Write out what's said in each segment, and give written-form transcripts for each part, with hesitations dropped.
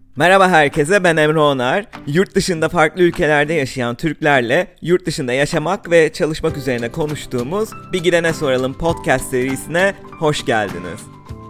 Merhaba herkese, ben Emre Onar. Yurt dışında farklı ülkelerde yaşayan Türklerle yurt dışında yaşamak ve çalışmak üzerine konuştuğumuz Bir Gidene Soralım podcast serisine hoş geldiniz.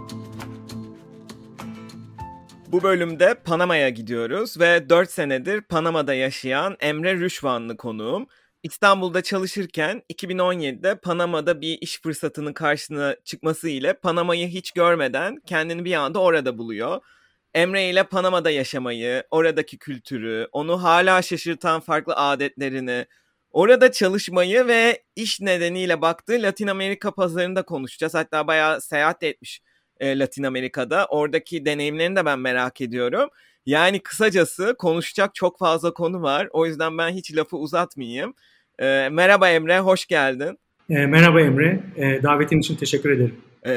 Bu bölümde Panama'ya gidiyoruz ve 4 senedir Panama'da yaşayan Emre Rüşvanlı konuğum. İstanbul'da çalışırken 2017'de Panama'da bir iş fırsatının karşısına çıkması ile Panama'yı hiç görmeden kendini bir anda orada buluyor. Emre ile Panama'da yaşamayı, oradaki kültürü, onu hala şaşırtan farklı adetlerini, orada çalışmayı ve iş nedeniyle baktığı Latin Amerika pazarında konuşacağız. Hatta bayağı seyahat etmiş Latin Amerika'da. Oradaki deneyimlerini de ben merak ediyorum. Yani kısacası konuşacak çok fazla konu var. O yüzden ben hiç lafı uzatmayayım. Merhaba Emre, hoş geldin. Merhaba Emre, davetin için teşekkür ederim.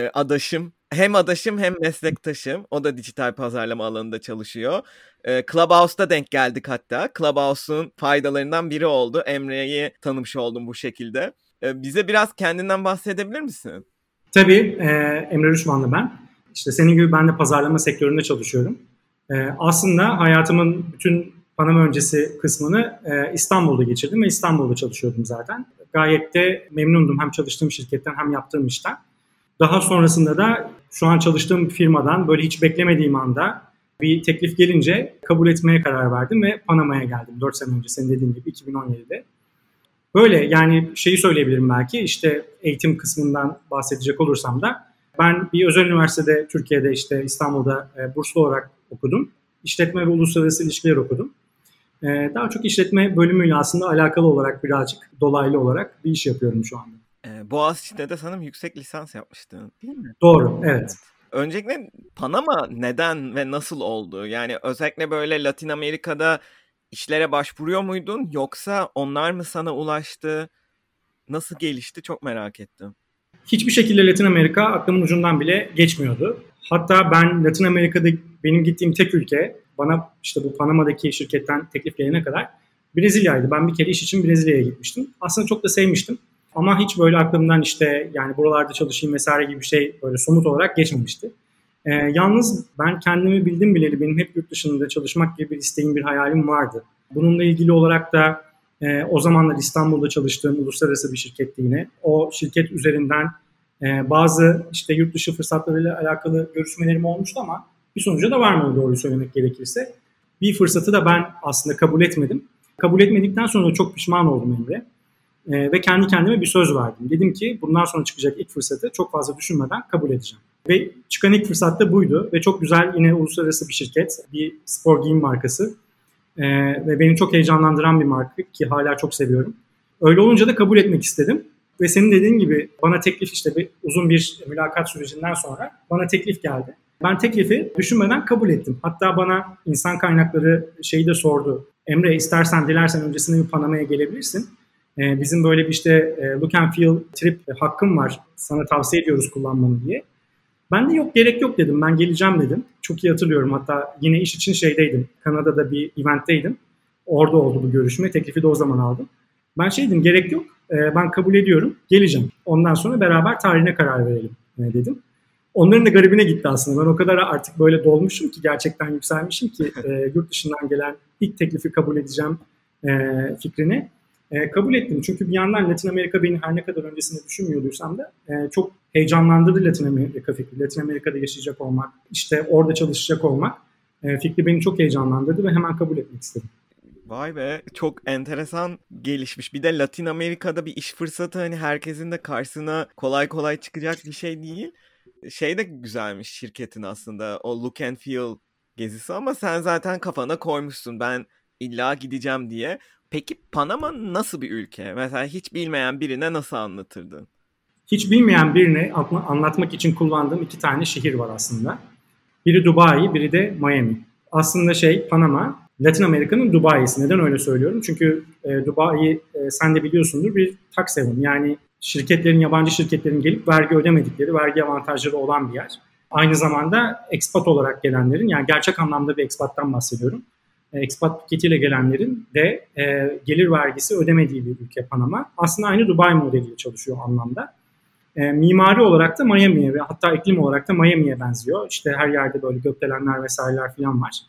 Adaşım hem meslektaşım. O da dijital pazarlama alanında çalışıyor. Clubhouse'da denk geldik hatta. Clubhouse'un faydalarından biri oldu. Emre'yi tanımış oldum bu şekilde. Bize biraz kendinden bahsedebilir misin? Tabii, Emre Rüşmanlı ben. İşte senin gibi ben de pazarlama sektöründe çalışıyorum. Aslında hayatımın bütün Panama öncesi kısmını İstanbul'da geçirdim ve İstanbul'da çalışıyordum zaten. Gayet de memnundum hem çalıştığım şirketten hem yaptığım işten. Daha sonrasında da şu an çalıştığım firmadan böyle hiç beklemediğim anda bir teklif gelince kabul etmeye karar verdim ve Panama'ya geldim 4 sene önce senin dediğin gibi 2017'de. Böyle yani şeyi söyleyebilirim belki işte eğitim kısmından bahsedecek olursam da ben bir özel üniversitede Türkiye'de işte İstanbul'da burslu olarak okudum. İşletme ve uluslararası ilişkiler okudum. Daha çok işletme bölümüyle aslında alakalı olarak birazcık dolaylı olarak bir iş yapıyorum şu anda. Boğaziçi'de de sanırım yüksek lisans yapmıştın, değil mi? Doğru, evet. Öncelikle Panama neden ve nasıl oldu? Yani özellikle böyle Latin Amerika'da işlere başvuruyor muydun? Yoksa onlar mı sana ulaştı? Nasıl gelişti? Çok merak ettim. Hiçbir şekilde Latin Amerika aklımın ucundan bile geçmiyordu. Hatta ben Latin Amerika'da benim gittiğim tek ülke bana işte bu Panama'daki şirketten teklif gelene kadar Brezilya'ydı. Ben bir kere iş için Brezilya'ya gitmiştim. Aslında çok da sevmiştim. Ama hiç böyle aklımdan işte yani buralarda çalışayım vesaire gibi bir şey böyle somut olarak geçmemişti. Yalnız ben kendimi bildim bileli benim hep yurt dışında çalışmak gibi bir isteğim, bir hayalim vardı. Bununla ilgili olarak da o zamanlar İstanbul'da çalıştığım uluslararası bir şirketti yine. O şirket üzerinden bazı işte yurt dışı fırsatlarıyla alakalı görüşmelerim olmuştu ama bir sonuca da varmadı doğruyu söylemek gerekirse. Bir fırsatı da ben aslında kabul etmedim. Kabul etmedikten sonra da çok pişman oldum Emre. Ve kendi kendime bir söz verdim. Dedim ki bundan sonra çıkacak ilk fırsatı çok fazla düşünmeden kabul edeceğim. Ve çıkan ilk fırsat da buydu. Ve çok güzel yine uluslararası bir şirket, bir spor giyim markası. Ve beni çok heyecanlandıran bir marka ki hala çok seviyorum. Öyle olunca da kabul etmek istedim. Ve senin dediğin gibi bana teklif işte uzun bir mülakat sürecinden sonra bana teklif geldi. Ben teklifi düşünmeden kabul ettim. Hatta bana insan kaynakları şeyi de sordu. Emre istersen dilersen öncesinde bir Panama'ya gelebilirsin. Bizim böyle bir işte look and feel trip hakkım var. Sana tavsiye ediyoruz kullanmanı diye. Ben de yok gerek yok dedim. Ben geleceğim dedim. Çok iyi hatırlıyorum. Hatta yine iş için şeydeydim. Kanada'da bir eventteydim. Orada oldu bu görüşme. Teklifi de o zaman aldım. Ben dedim gerek yok. Ben kabul ediyorum. Geleceğim. Ondan sonra beraber tarihine karar verelim dedim. Onların da garibine gitti aslında. Ben o kadar artık böyle dolmuşum ki gerçekten yükselmişim ki yurt dışından gelen ilk teklifi kabul edeceğim fikrini. Kabul ettim. Çünkü bir yandan Latin Amerika beni her ne kadar öncesinde düşünmüyorduysam da çok heyecanlandırdı Latin Amerika fikri. Latin Amerika'da yaşayacak olmak, işte orada çalışacak olmak fikri beni çok heyecanlandırdı ve hemen kabul etmek istedim. Vay be, çok enteresan gelişmiş. Bir de Latin Amerika'da bir iş fırsatı hani herkesin de karşısına kolay kolay çıkacak bir şey değil. Şey de güzelmiş şirketin aslında, o look and feel gezisi, ama sen zaten kafana koymuşsun ben illa gideceğim diye. Peki Panama nasıl bir ülke? Mesela hiç bilmeyen birine nasıl anlatırdın? Hiç bilmeyen birine anlatmak için kullandığım 2 tane şehir var aslında. Biri Dubai, biri de Miami. Aslında Panama, Latin Amerika'nın Dubai'si. Neden öyle söylüyorum? Çünkü Dubai sen de biliyorsundur bir tax haven. Yani yabancı şirketlerin gelip vergi ödemedikleri, vergi avantajları olan bir yer. Aynı zamanda expat olarak gelenlerin, yani gerçek anlamda bir expattan bahsediyorum. Expat paketiyle gelenlerin de gelir vergisi ödemediği bir ülke Panama. Aslında aynı Dubai modeliyle çalışıyor anlamda. Mimari olarak da Miami'ye ve hatta iklim olarak da Miami'ye benziyor. İşte her yerde böyle gökdelenler vesaireler falan var.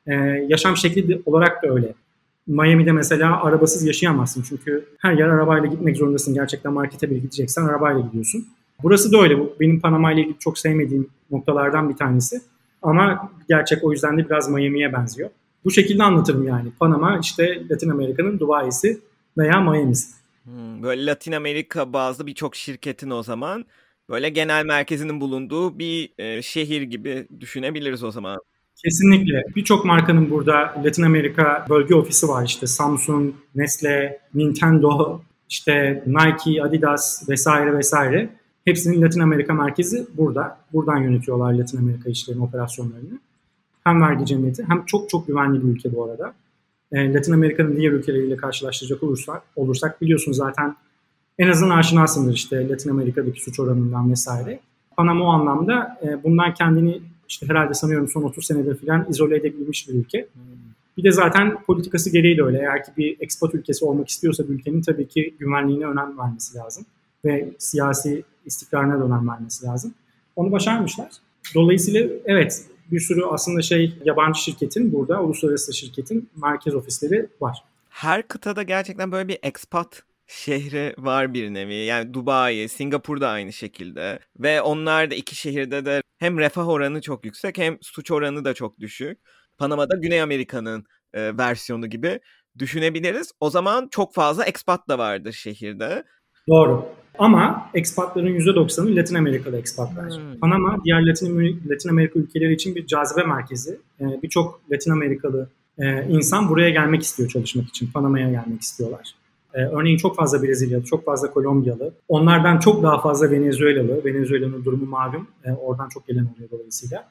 Yaşam şekli olarak da öyle. Miami'de mesela arabasız yaşayamazsın. Çünkü her yer arabayla gitmek zorundasın. Gerçekten markete bile gideceksen arabayla gidiyorsun. Burası da öyle. Bu benim Panama ile ilgili çok sevmediğim noktalardan bir tanesi. Ama gerçek o yüzden de biraz Miami'ye benziyor. Bu şekilde anlatırım yani. Panama işte Latin Amerika'nın Dubai'si veya Miami'si. Böyle Latin Amerika bazlı birçok şirketin o zaman böyle genel merkezinin bulunduğu bir şehir gibi düşünebiliriz o zaman. Kesinlikle. Birçok markanın burada Latin Amerika bölge ofisi var. İşte Samsung, Nestle, Nintendo, işte Nike, Adidas vesaire vesaire. Hepsinin Latin Amerika merkezi burada. Buradan yönetiyorlar Latin Amerika işlerini, operasyonlarını. Hem vergi cemiyeti hem çok çok güvenli bir ülke bu arada. Latin Amerika'nın diğer ülkeleriyle karşılaştıracak olursak biliyorsunuz zaten en azından aşinasındır işte Latin Amerika'daki suç oranından vesaire. Panama o anlamda bundan kendini işte herhalde sanıyorum son 30 senedir falan izole edebilmiş bir ülke. Bir de zaten politikası gereği de öyle. Eğer ki bir ekspat ülkesi olmak istiyorsa bir ülkenin tabii ki güvenliğine önem vermesi lazım. Ve siyasi istikrarına da önem vermesi lazım. Onu başarmışlar. Dolayısıyla evet bir sürü aslında yabancı şirketin burada, uluslararası şirketin merkez ofisleri var. Her kıtada gerçekten böyle bir expat şehri var bir nevi. Yani Dubai, Singapur da aynı şekilde. Ve onlar da iki şehirde de hem refah oranı çok yüksek hem suç oranı da çok düşük. Panama'da Güney Amerika'nın versiyonu gibi düşünebiliriz. O zaman çok fazla expat da vardır şehirde. Doğru. Ama ekspatların %90'ı Latin Amerikalı ekspatlar. Panama diğer Latin Amerika ülkeleri için bir cazibe merkezi. Birçok Latin Amerikalı insan buraya gelmek istiyor çalışmak için. Panama'ya gelmek istiyorlar. Örneğin çok fazla Brezilyalı, çok fazla Kolombiyalı. Onlardan çok daha fazla Venezuelalı. Venezuela'nın durumu malum. Oradan çok gelen oluyor dolayısıyla.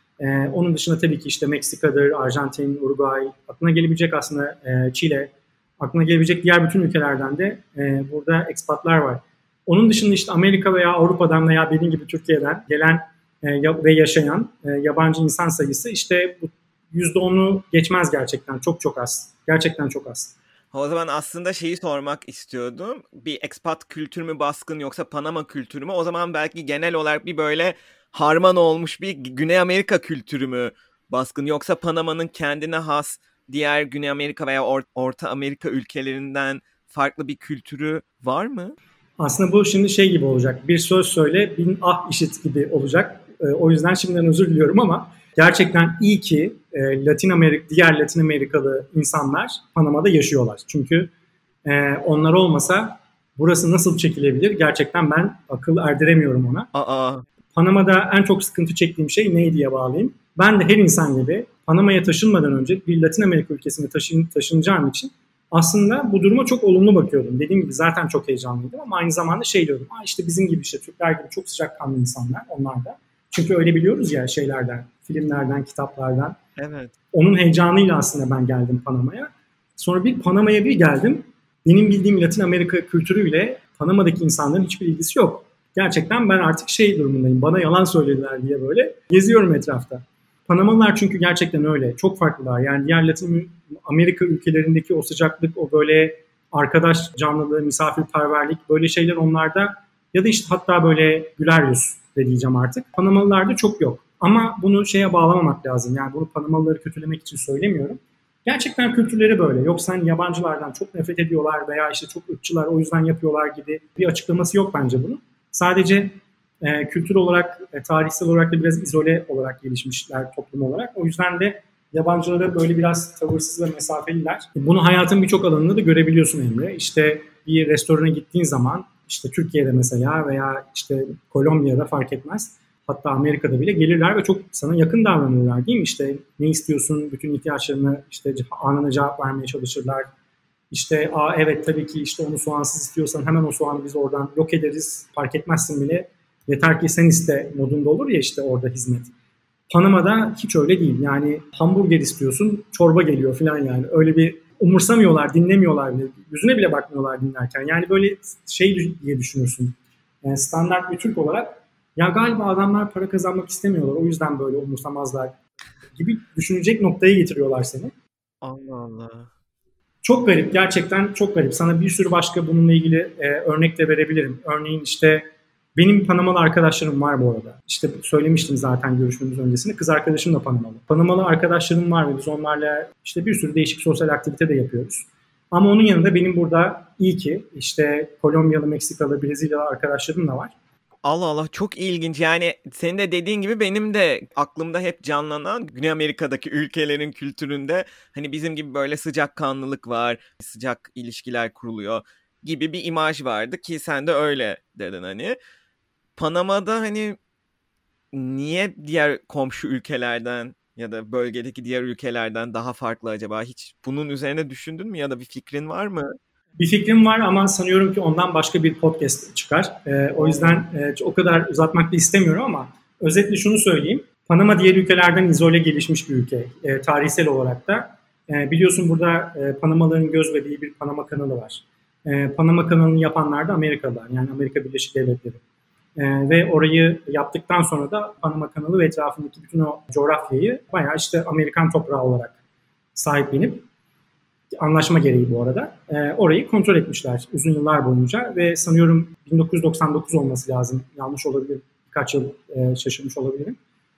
Onun dışında tabii ki işte Meksika'dır, Arjantin, Uruguay, aklına gelebilecek aslında Çile, aklına gelebilecek diğer bütün ülkelerden de burada ekspatlar var. Onun dışında işte Amerika veya Avrupa'dan veya benim gibi Türkiye'den gelen ve yaşayan yabancı insan sayısı işte bu %10'u geçmez gerçekten. Çok çok az. Gerçekten çok az. O zaman aslında şeyi sormak istiyordum. Bir expat kültürü mü baskın yoksa Panama kültürü mü? O zaman belki genel olarak bir böyle harman olmuş bir Güney Amerika kültürü mü baskın? Yoksa Panama'nın kendine has diğer Güney Amerika veya Orta Amerika ülkelerinden farklı bir kültürü var mı? Aslında bu şimdi gibi olacak. Bir söz söyle, bin ah işit gibi olacak. O yüzden şimdiden özür diliyorum ama gerçekten iyi ki diğer Latin Amerikalı insanlar Panama'da yaşıyorlar. Çünkü onlar olmasa burası nasıl çekilebilir? Gerçekten ben akıl erdiremiyorum ona. Panama'da en çok sıkıntı çektiğim şey neydi diye bağlayayım. Ben de her insan gibi Panama'ya taşınmadan önce bir Latin Amerika ülkesine taşınacağım için aslında bu duruma çok olumlu bakıyordum. Dediğim gibi zaten çok heyecanlıydım ama aynı zamanda diyordum. İşte bizim gibi işte Türkler gibi çok sıcakkanlı insanlar onlar da. Çünkü öyle biliyoruz ya filmlerden, kitaplardan. Evet. Onun heyecanıyla aslında ben geldim Panama'ya. Sonra Panama'ya bir geldim. Benim bildiğim Latin Amerika kültürüyle Panama'daki insanların hiçbir ilgisi yok. Gerçekten ben artık durumundayım. Bana yalan söylediler diye böyle geziyorum etrafta. Panamalılar çünkü gerçekten öyle. Çok farklılar. Yani diğer Latin Amerika ülkelerindeki o sıcaklık, o böyle arkadaş canlılığı, misafirperverlik böyle şeyler onlarda ya da işte hatta böyle güler yüz de diyeceğim artık. Panamalılarda çok yok. Ama bunu bağlamamak lazım. Yani bunu Panamalıları kötülemek için söylemiyorum. Gerçekten kültürleri böyle. Yoksa yabancılardan çok nefret ediyorlar veya işte çok ırkçılar o yüzden yapıyorlar gibi bir açıklaması yok bence bunun. Sadece kültür olarak, tarihsel olarak da biraz izole olarak gelişmişler toplum olarak. O yüzden de yabancılara böyle biraz tavırsız ve mesafeliler. Bunu hayatın birçok alanında da görebiliyorsun Emre. İşte bir restorana gittiğin zaman işte Türkiye'de mesela veya işte Kolombiya'da fark etmez. Hatta Amerika'da bile gelirler ve çok sana yakın davranırlar değil mi? İşte ne istiyorsun, bütün ihtiyaçlarını işte anına cevap vermeye çalışırlar. İşte evet tabii ki işte onu soğansız istiyorsan hemen o soğanı biz oradan yok ederiz. Fark etmezsin bile. Yeter ki sen iste modunda olur ya işte orada hizmet. Panama'da hiç öyle değil. Yani hamburger istiyorsun, çorba geliyor falan yani. Öyle bir umursamıyorlar, dinlemiyorlar bile. Yüzüne bile bakmıyorlar dinlerken. Yani böyle diye düşünürsün. Yani standart bir Türk olarak ya galiba adamlar para kazanmak istemiyorlar. O yüzden böyle umursamazlar gibi düşünecek noktaya getiriyorlar seni. Allah Allah. Çok garip. Gerçekten çok garip. Sana bir sürü başka bununla ilgili örnek de verebilirim. Örneğin işte Benim Panamalı arkadaşlarım var bu arada. İşte söylemiştim zaten görüşmemiz öncesinde. Kız arkadaşım da Panamalı. Panamalı arkadaşlarım var ve biz onlarla işte bir sürü değişik sosyal aktivite de yapıyoruz. Ama onun yanında benim burada iyi ki işte Kolombiyalı, Meksikalı, Brezilyalı arkadaşlarım da var. Allah Allah, çok ilginç. Yani senin de dediğin gibi benim de aklımda hep canlanan Güney Amerika'daki ülkelerin kültüründe hani bizim gibi böyle sıcakkanlılık var, sıcak ilişkiler kuruluyor gibi bir imaj vardı ki sen de öyle dedin hani. Panama'da hani niye diğer komşu ülkelerden ya da bölgedeki diğer ülkelerden daha farklı acaba? Hiç bunun üzerine düşündün mü ya da bir fikrin var mı? Bir fikrim var ama sanıyorum ki ondan başka bir podcast çıkar. O yüzden o kadar uzatmak da istemiyorum ama özetle şunu söyleyeyim. Panama diğer ülkelerden izole gelişmiş bir ülke tarihsel olarak da. Biliyorsun burada Panamalıların göz bebeği bir Panama kanalı var. Panama kanalını yapanlar da Amerikalılar, yani Amerika Birleşik Devletleri. Ve orayı yaptıktan sonra da Panama kanalı ve etrafındaki bütün o coğrafyayı bayağı işte Amerikan toprağı olarak sahiplenip, anlaşma gereği bu arada, orayı kontrol etmişler uzun yıllar boyunca ve sanıyorum 1999 olması lazım. Yanlış olabilir, birkaç yıl şaşırmış olabilirim.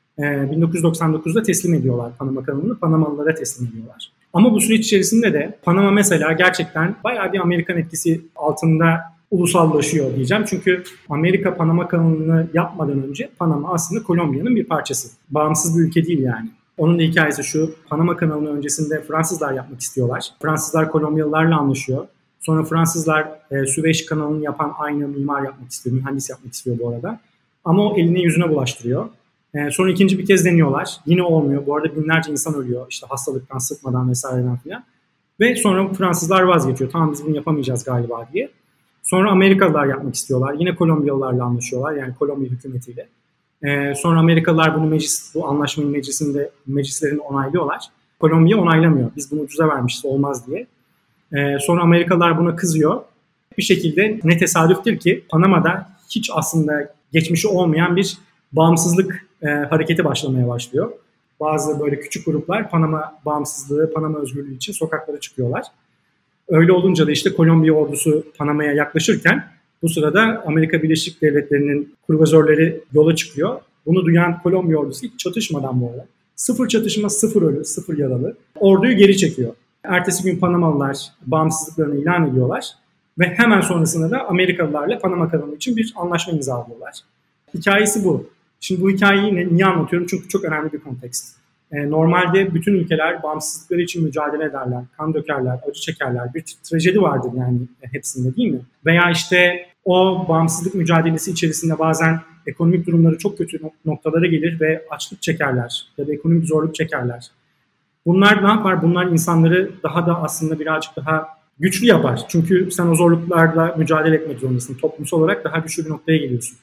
1999'da teslim ediyorlar Panama kanalını, Panamalılara teslim ediyorlar. Ama bu süreç içerisinde de Panama mesela gerçekten bayağı bir Amerikan etkisi altında ulusallaşıyor diyeceğim. Çünkü Amerika Panama kanalını yapmadan önce Panama aslında Kolombiya'nın bir parçası. Bağımsız bir ülke değil yani. Onun da hikayesi şu: Panama kanalının öncesinde Fransızlar yapmak istiyorlar. Fransızlar Kolombiyalılarla anlaşıyor. Sonra Fransızlar Süveyş kanalını yapan aynı mimar yapmak istiyor, mühendis yapmak istiyor bu arada. Ama o eline yüzüne bulaştırıyor. Sonra ikinci bir kez deniyorlar. Yine olmuyor. Bu arada binlerce insan ölüyor. İşte hastalıktan, sıtmadan vesaireden filan. Ve sonra Fransızlar vazgeçiyor. Tamam, biz bunu yapamayacağız galiba diye. Sonra Amerikalılar yapmak istiyorlar. Yine Kolombiyalılarla anlaşıyorlar. Yani Kolombiya hükümetiyle. Sonra Amerikalılar bunu bu anlaşmayı meclislerini onaylıyorlar. Kolombiya onaylamıyor. Biz bunu ucuza vermişiz, olmaz diye. Sonra Amerikalılar buna kızıyor. Bir şekilde ne tesadüftür ki Panama'da hiç aslında geçmişi olmayan bir bağımsızlık hareketi başlamaya başlıyor. Bazı böyle küçük gruplar Panama bağımsızlığı, Panama özgürlüğü için sokaklara çıkıyorlar. Öyle olunca da işte Kolombiya ordusu Panama'ya yaklaşırken bu sırada Amerika Birleşik Devletleri'nin kruvazörleri yola çıkıyor. Bunu duyan Kolombiya ordusu hiç çatışmadan bu arada, sıfır çatışma, sıfır ölü, sıfır yaralı, orduyu geri çekiyor. Ertesi gün Panamalılar bağımsızlıklarını ilan ediyorlar ve hemen sonrasında da Amerikalılarla Panama kanalı için bir anlaşma imzalıyorlar. Hikayesi bu. Şimdi bu hikayeyi niye anlatıyorum? Çünkü çok önemli bir kontekst. Normalde bütün ülkeler bağımsızlıkları için mücadele ederler, kan dökerler, acı çekerler. Bir trajedi vardır yani hepsinde, değil mi? Veya işte o bağımsızlık mücadelesi içerisinde bazen ekonomik durumları çok kötü noktalara gelir ve açlık çekerler ya da ekonomik zorluk çekerler. Bunlar ne yapar? Bunlar insanları daha da aslında birazcık daha güçlü yapar. Çünkü sen o zorluklarla mücadele etmek zorundasın. Toplumsal olarak daha güçlü bir noktaya geliyorsun.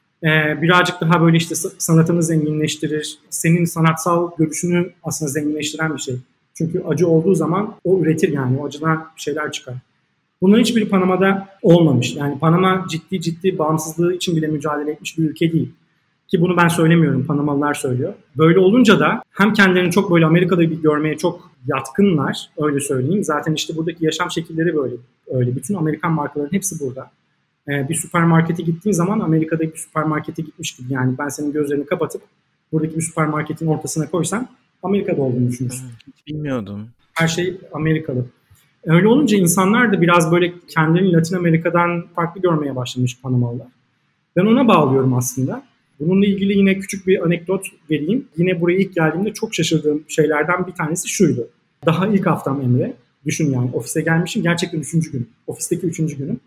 Birazcık daha böyle işte sanatını zenginleştirir. Senin sanatsal görüşünü aslında zenginleştiren bir şey. Çünkü acı olduğu zaman o üretir, yani o acıdan şeyler çıkar. Bunların hiçbiri Panama'da olmamış. Yani Panama ciddi bağımsızlığı için bile mücadele etmiş bir ülke değil. Ki bunu ben söylemiyorum, Panamalılar söylüyor. Böyle olunca da hem kendilerini çok böyle Amerika'da görmeye çok yatkınlar, öyle söyleyeyim. Zaten işte buradaki yaşam şekilleri böyle. Öyle. Bütün Amerikan markaların hepsi burada. Bir süpermarkete gittiğin zaman Amerika'daki bir süpermarkete gitmiş gibi. Yani ben senin gözlerini kapatıp buradaki bir süpermarketin ortasına koysam Amerika'da olduğunu düşünürsün. Hiç bilmiyordum. Her şey Amerikalı. Öyle olunca insanlar da biraz böyle kendilerini Latin Amerika'dan farklı görmeye başlamış Panamalılar. Ben ona bağlıyorum aslında. Bununla ilgili yine küçük bir anekdot vereyim. Yine buraya ilk geldiğimde çok şaşırdığım şeylerden bir tanesi şuydu. Daha ilk haftam Emre. Düşün yani, ofise gelmişim. Gerçekten 3. günüm. Ofisteki 3. günüm.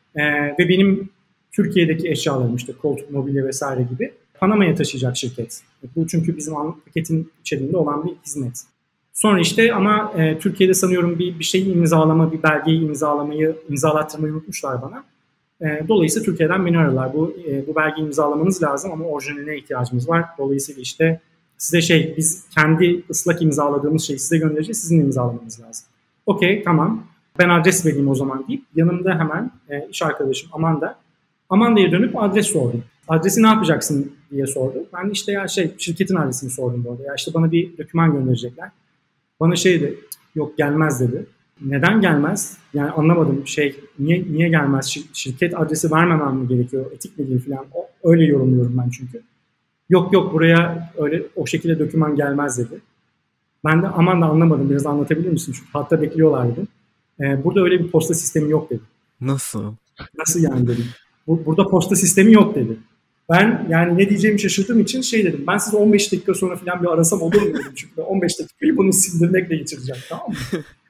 Ve benim Türkiye'deki eşyalarım, işte koltuk, mobilya vesaire gibi Panama'ya taşıyacak şirket. Bu çünkü bizim paketin içerisinde olan bir hizmet. Sonra işte ama Türkiye'de sanıyorum bir şeyi imzalama, bir belgeyi imzalattırmayı unutmuşlar bana. Dolayısıyla Türkiye'den beni aradılar. Bu belgeyi imzalamanız lazım ama orijinaline ihtiyacımız var. Dolayısıyla işte size biz kendi ıslak imzaladığımız şeyi size göndereceğiz. Sizin imzalamanız lazım. Okey, tamam. Ben adres vereyim o zaman deyip yanımda hemen iş arkadaşım Amanda'ya dönüp adres sordum. Adresi ne yapacaksın diye sordu. Ben işte şirketin adresini sordum bu arada. Ya işte bana bir doküman gönderecekler. Bana dedi, yok gelmez dedi. Neden gelmez? Yani anlamadım niye gelmez? Şirket adresi vermemem mi gerekiyor? Etik mi değil falan. Öyle yorumluyorum ben çünkü. Yok buraya öyle o şekilde doküman gelmez dedi. Ben de aman da anlamadım. Biraz anlatabilir misin? Çünkü hatta bekliyorlar dedim. Burada öyle bir posta sistemi yok dedi. Nasıl? Nasıl yani dedim. Burada posta sistemi yok dedi. Ben yani ne diyeceğimi şaşırdığım için dedim. Ben sizi 15 dakika sonra falan bir arasam olur mu dedim. Çünkü 15 dakikayı bunu sindirmekle geçireceğim, tamam mı?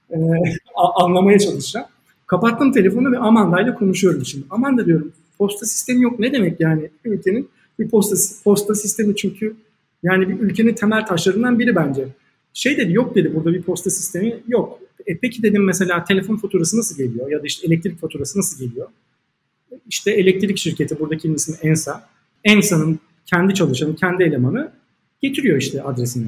Anlamaya çalışacağım. Kapattım telefonu ve Amanda ile konuşuyorum şimdi. Amanda diyorum, posta sistemi yok. Ne demek yani ülkenin bir posta sistemi, çünkü yani bir ülkenin temel taşlarından biri bence. Dedi, yok dedi, burada bir posta sistemi yok. Peki dedim, mesela telefon faturası nasıl geliyor ya da işte elektrik faturası nasıl geliyor? İşte elektrik şirketi, buradakinin ismi Ensa. Ensa'nın kendi çalışanı, kendi elemanı getiriyor işte adresini.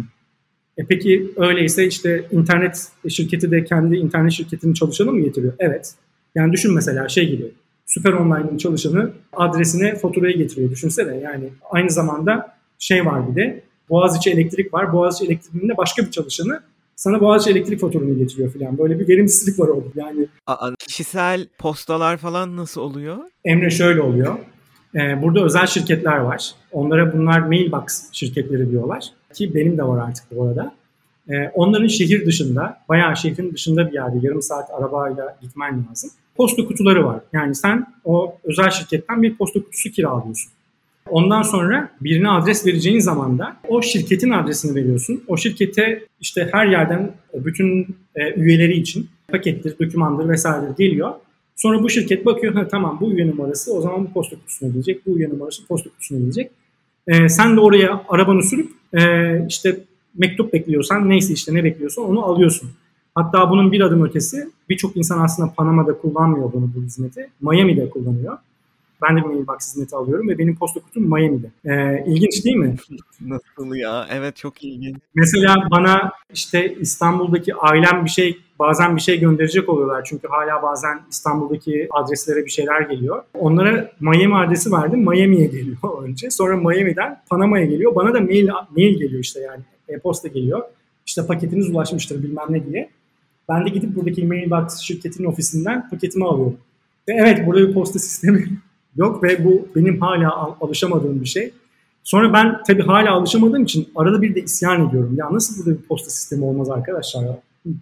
Peki öyleyse işte internet şirketi de kendi internet şirketinin çalışanı mı getiriyor? Evet. Yani düşün mesela gibi. Süper Online'ın çalışanı adresine faturayı getiriyor. Düşünsene, yani aynı zamanda var bir de Boğaziçi Elektrik var. Boğaziçi Elektrik'in de başka bir çalışanı sana Boğaziçi Elektrik faturanı getiriyor falan. Böyle bir verimsizlik var orada. Yani kişisel postalar falan nasıl oluyor? Emre, şöyle oluyor. Burada özel şirketler var. Bunlar mailbox şirketleri diyorlar. Ki benim de var artık bu arada. Onların şehir dışında, bayağı şehrin dışında bir yerde, yarım saat arabayla gitmen lazım. Posta kutuları var. Yani sen o özel şirketten bir posta kutusu kiralıyorsun. Ondan sonra birine adres vereceğin zaman da o şirketin adresini veriyorsun. O şirkete işte her yerden bütün üyeleri için pakettir, dokümandır vesaire geliyor. Sonra bu şirket bakıyor, tamam bu üye numarası o zaman bu posta kutusuna gelecek, bu üye numarası posta kutusuna gelecek. Sen de oraya arabanı sürüp işte mektup bekliyorsan, neyse işte ne bekliyorsan onu alıyorsun. Hatta bunun bir adım ötesi, birçok insan aslında Panama'da kullanmıyor bu hizmeti. Miami'de kullanıyor. Ben de bir mailbox hizmeti alıyorum ve benim posta kutum Miami'de. İlginç değil mi? Nasıl ya? Evet, çok ilginç. Mesela bana işte İstanbul'daki ailem bazen bir şey gönderecek oluyorlar. Çünkü hala bazen İstanbul'daki adreslere bir şeyler geliyor. Onlara Miami adresi verdim. Miami'ye geliyor önce. Sonra Miami'den Panama'ya geliyor. Bana da mail geliyor işte, yani e-posta geliyor. İşte paketiniz ulaşmıştır bilmem ne diye. Ben de gidip buradaki mailbox şirketinin ofisinden paketimi alıyorum. Ve evet, burada bir posta sistemi yok ve bu benim hala alışamadığım bir şey. Sonra ben tabii hala alışamadığım için arada bir de isyan ediyorum. Ya nasıl burada bir posta sistemi olmaz arkadaşlar ya?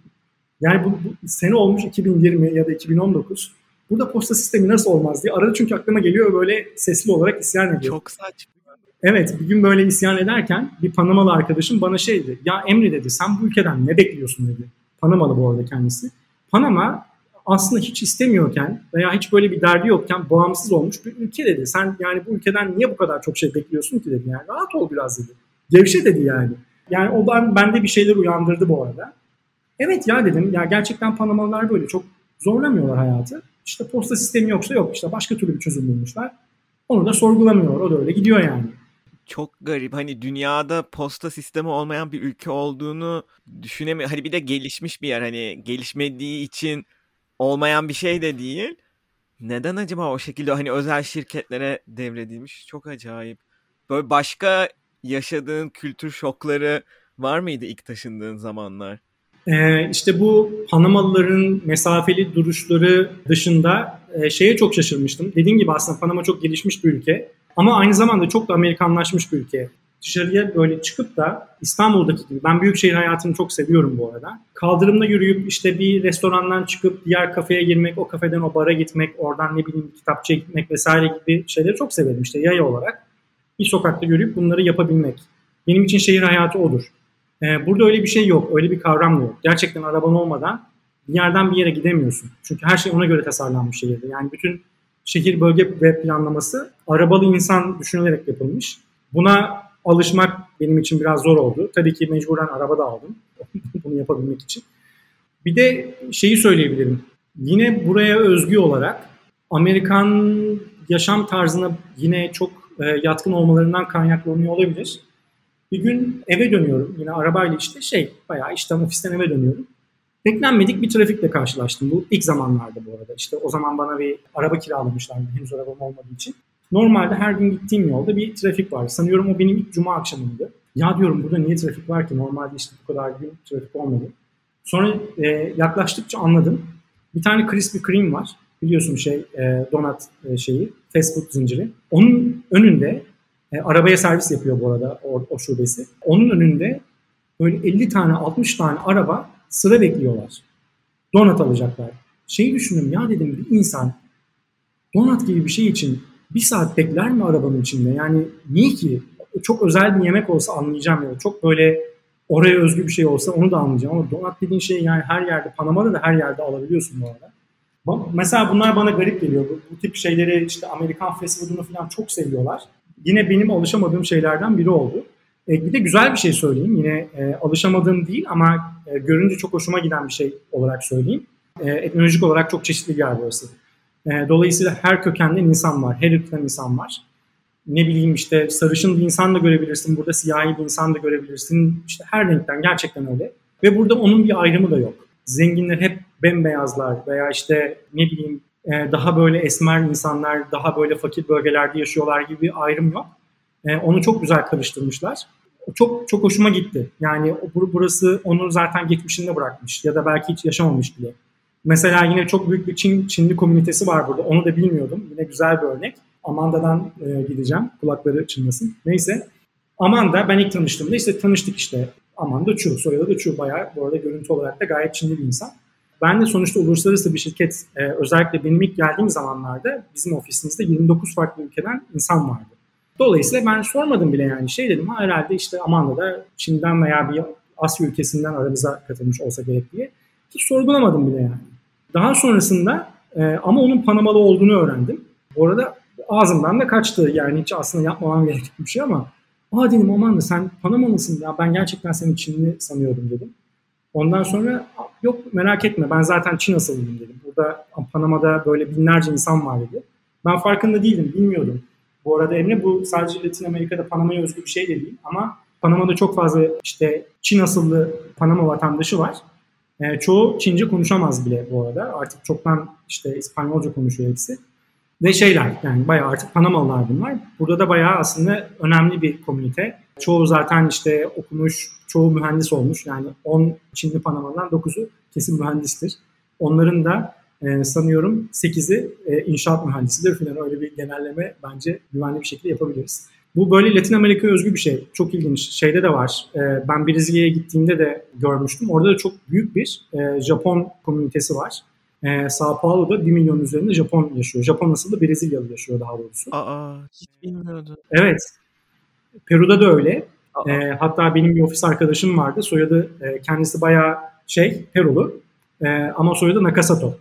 Yani bu sene olmuş 2020 ya da 2019. Burada posta sistemi nasıl olmaz diye arada çünkü aklıma geliyor, böyle sesli olarak isyan ediyorum. Çok saçma. Evet, bir gün böyle isyan ederken bir Panamalı arkadaşım bana dedi. Ya Emre dedi, sen bu ülkeden ne bekliyorsun dedi. Panamalı bu arada kendisi. Panama aslında hiç istemiyorken veya hiç böyle bir derdi yokken bağımsız olmuş bir ülke dedi. Sen yani bu ülkeden niye bu kadar çok şey bekliyorsun ki dedi. Yani rahat ol biraz dedi. Gevşe dedi yani. Yani o bende bir şeyler uyandırdı bu arada. Evet ya dedim, ya gerçekten Panamalılar böyle çok zorlamıyorlar hayatı. İşte posta sistemi yoksa yok, işte başka türlü bir çözüm bulmuşlar. Onu da sorgulamıyorlar, o da öyle gidiyor yani. Çok garip. Hani dünyada posta sistemi olmayan bir ülke olduğunu düşünemiyorum. Hani bir de gelişmiş bir yer. Hani gelişmediği için olmayan bir şey de değil. Neden acaba o şekilde hani özel şirketlere devredilmiş? Çok acayip. Böyle başka yaşadığın kültür şokları var mıydı ilk taşındığın zamanlar? İşte bu Panamalıların mesafeli duruşları dışında şeye çok şaşırmıştım. Dediğim gibi aslında Panama çok gelişmiş bir ülke. Ama aynı zamanda çok da Amerikanlaşmış bir ülke. Dışarıya böyle çıkıp da İstanbul'daki gibi, ben büyükşehir hayatını çok seviyorum bu arada. Kaldırımda yürüyüp işte bir restorandan çıkıp diğer kafeye girmek, o kafeden o bara gitmek, oradan ne bileyim kitapçıya gitmek vesaire gibi şeyleri çok severim işte yaya olarak. Bir sokakta yürüyüp bunları yapabilmek. Benim için şehir hayatı odur. Burada öyle bir şey yok, öyle bir kavram yok. Gerçekten araban olmadan bir yerden bir yere gidemiyorsun. Çünkü her şey ona göre tasarlanmış şehirde. Yani bütün şehir bölge ve planlaması arabalı insan düşünülerek yapılmış. Buna alışmak benim için biraz zor oldu. Tabii ki mecburen araba da aldım bunu yapabilmek için. Bir de şeyi söyleyebilirim. Yine buraya özgü olarak Amerikan yaşam tarzına yine çok yatkın olmalarından kaynaklanıyor olabilir. Bir gün eve dönüyorum. Yine arabayla işte bayağı işten, ofisten eve dönüyorum. Beklenmedik bir trafikle karşılaştım. Bu ilk zamanlarda bu arada. İşte o zaman bana bir araba kiralamışlardı. Henüz arabam olmadığı için. Normalde her gün gittiğim yolda bir trafik vardı. Sanıyorum o benim ilk cuma akşamımdı. Ya diyorum, burada niye trafik var ki? Normalde işte bu kadar gün trafik olmadı. Sonra yaklaştıkça anladım. Bir tane Krispy Kreme var. Biliyorsun donut şeyi, fast food zinciri. Onun önünde arabaya servis yapıyor bu arada o şubesi. Onun önünde böyle 50 tane 60 tane araba sıra bekliyorlar. Donut alacaklar. Şeyi düşündüm, ya dedim, bir insan donut gibi bir şey için bir saat bekler mi arabanın içinde? Yani niye ki? Çok özel bir yemek olsa anlayacağım ya. Çok böyle oraya özgü bir şey olsa onu da anlayacağım. Ama donut dediğin şey yani her yerde, Panama'da da her yerde alabiliyorsun bu arada. Mesela bunlar bana garip geliyor. Bu tip şeyleri işte Amerikan fast food'unu falan çok seviyorlar. Yine benim alışamadığım şeylerden biri oldu. Bir de güzel bir şey söyleyeyim. Yine alışamadığım değil ama görünce çok hoşuma giden bir şey olarak söyleyeyim. Etnolojik olarak çok çeşitli bir yer burası. Dolayısıyla her kökenden insan var, her ırktan insan var. Ne bileyim işte sarışın bir insan da görebilirsin, burada siyahi bir insan da görebilirsin. İşte her renkten, gerçekten öyle. Ve burada onun bir ayrımı da yok. Zenginler hep bembeyazlar veya işte ne bileyim daha böyle esmer insanlar, daha böyle fakir bölgelerde yaşıyorlar gibi bir ayrım yok. Onu çok güzel karıştırmışlar. Çok çok hoşuma gitti. Yani burası onu zaten geçmişinde bırakmış ya da belki hiç yaşamamış bile. Mesela yine çok büyük bir Çinli komünitesi var burada. Onu da bilmiyordum. Yine güzel bir örnek. Amanda'dan gideceğim. Kulakları çınlasın. Neyse. Amanda, ben ilk tanıştığımda işte tanıştık işte. Amanda Chu. Soyadı da Chu. Bayağı bu arada görüntü olarak da gayet Çinli bir insan. Ben de sonuçta uluslararası bir şirket. Özellikle benim ilk geldiğim zamanlarda bizim ofisimizde 29 farklı ülkeden insan vardı. Dolayısıyla ben sormadım bile yani. Dedim herhalde işte Amanda da Çin'den veya bir Asya ülkesinden aramıza katılmış olsa gerek diye. Hiç sorgulamadım bile yani. Daha sonrasında ama onun Panamalı olduğunu öğrendim. Bu arada ağzımdan da kaçtı. Yani hiç aslında yapmamam gereken bir şey ama dedim, aman da sen Panamalısın ya, ben gerçekten seni Çinli sanıyordum dedim. Ondan sonra yok merak etme, ben zaten Çin asıllıyım dedim. Burada Panama'da böyle binlerce insan var dedi. Ben farkında değildim, bilmiyordum. Bu arada Emre, bu sadece Latin Amerika'da Panama'ya özgü bir şey de değil ama Panama'da çok fazla işte Çin asıllı Panama vatandaşı var. Çoğu Çince konuşamaz bile bu arada. Artık çoktan işte İspanyolca konuşuyor hepsi. Ve yani bayağı artık Panamalılar bunlar. Burada da bayağı aslında önemli bir komünite. Çoğu zaten işte okumuş, çoğu mühendis olmuş. Yani 10 Çinli Panamalı'dan 9'u kesin mühendistir. Onların da sanıyorum 8'i inşaat mühendisidir falan, öyle bir genelleme bence güvenli bir şekilde yapabiliriz. Bu böyle Latin Amerika'ya özgü bir şey. Çok ilginç. Şeyde de var. Ben Brezilya'ya gittiğimde de görmüştüm. Orada da çok büyük bir Japon komünitesi var. Sao Paulo'da 1 milyon üzerinde Japon yaşıyor. Japon asıllı Brezilyalı yaşıyor daha doğrusu. Hiç bilmiyordum. Evet. Peru'da da öyle. Hatta benim bir ofis arkadaşım vardı. Soyadı kendisi bayağı Perulu. Ama soyadı Nakasato.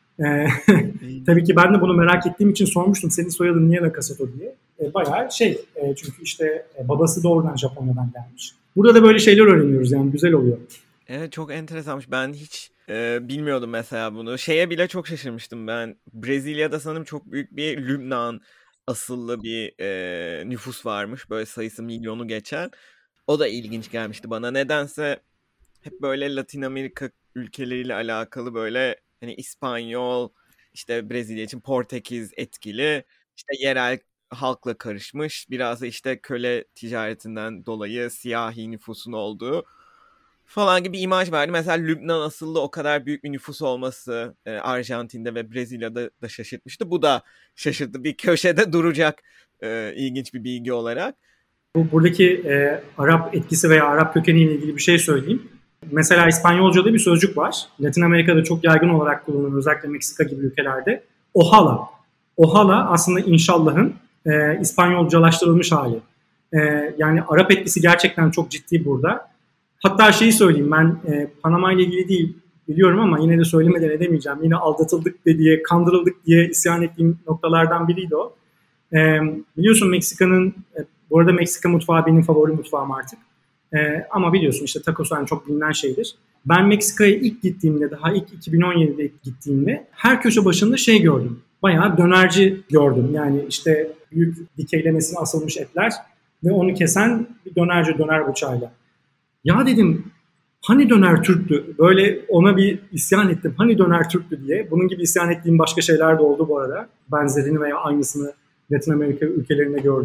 Tabii ki ben de bunu merak ettiğim için sormuştum. Senin soyadın niye Nakasato diye. Bayağı çünkü işte babası doğrudan Japonya'dan gelmiş. Burada da böyle şeyler öğreniyoruz yani, güzel oluyor. Evet, çok enteresanmış. Ben hiç bilmiyordum mesela bunu. Şeye bile çok şaşırmıştım ben. Brezilya'da sanırım çok büyük bir Lübnan asıllı bir nüfus varmış. Böyle sayısı milyonu geçen. O da ilginç gelmişti bana. Nedense hep böyle Latin Amerika ülkeleriyle alakalı böyle hani İspanyol, işte Brezilya için Portekiz etkili, işte yerel halkla karışmış. Biraz da işte köle ticaretinden dolayı siyahi nüfusun olduğu falan gibi imaj vardı. Mesela Lübnan asıllı o kadar büyük bir nüfus olması Arjantin'de ve Brezilya'da da şaşırtmıştı. Bu da şaşırttı. Bir köşede duracak ilginç bir bilgi olarak. Buradaki Arap etkisi veya Arap kökeniyle ilgili bir şey söyleyeyim. Mesela İspanyolca'da bir sözcük var. Latin Amerika'da çok yaygın olarak kullanılır, özellikle Meksika gibi ülkelerde. Ojalá. Ojalá aslında inşallahın İspanyolcalaştırılmış hali. Yani Arap etkisi gerçekten çok ciddi burada. Hatta şeyi söyleyeyim, ben Panama ile ilgili değil biliyorum ama yine de söylemeden edemeyeceğim. Yine aldatıldık diye, kandırıldık diye isyan ettiğim noktalardan biriydi o. Biliyorsun Meksika'nın, bu arada Meksika mutfağı benim favori mutfağım artık. Ama biliyorsun işte tacos yani çok bilinen şeydir. Ben Meksika'ya ilk gittiğimde, daha ilk 2017'de gittiğimde her köşe başında gördüm. Bayağı dönerci gördüm. Yani işte büyük dikeylemesine asılmış etler ve onu kesen bir dönerci döner bıçağıyla. Ya dedim, hani döner Türktü? Böyle ona bir isyan ettim. Hani döner Türktü diye. Bunun gibi isyan ettiğim başka şeyler de oldu bu arada. Benzerini veya aynısını Latin Amerika ülkelerinde gördüğüm.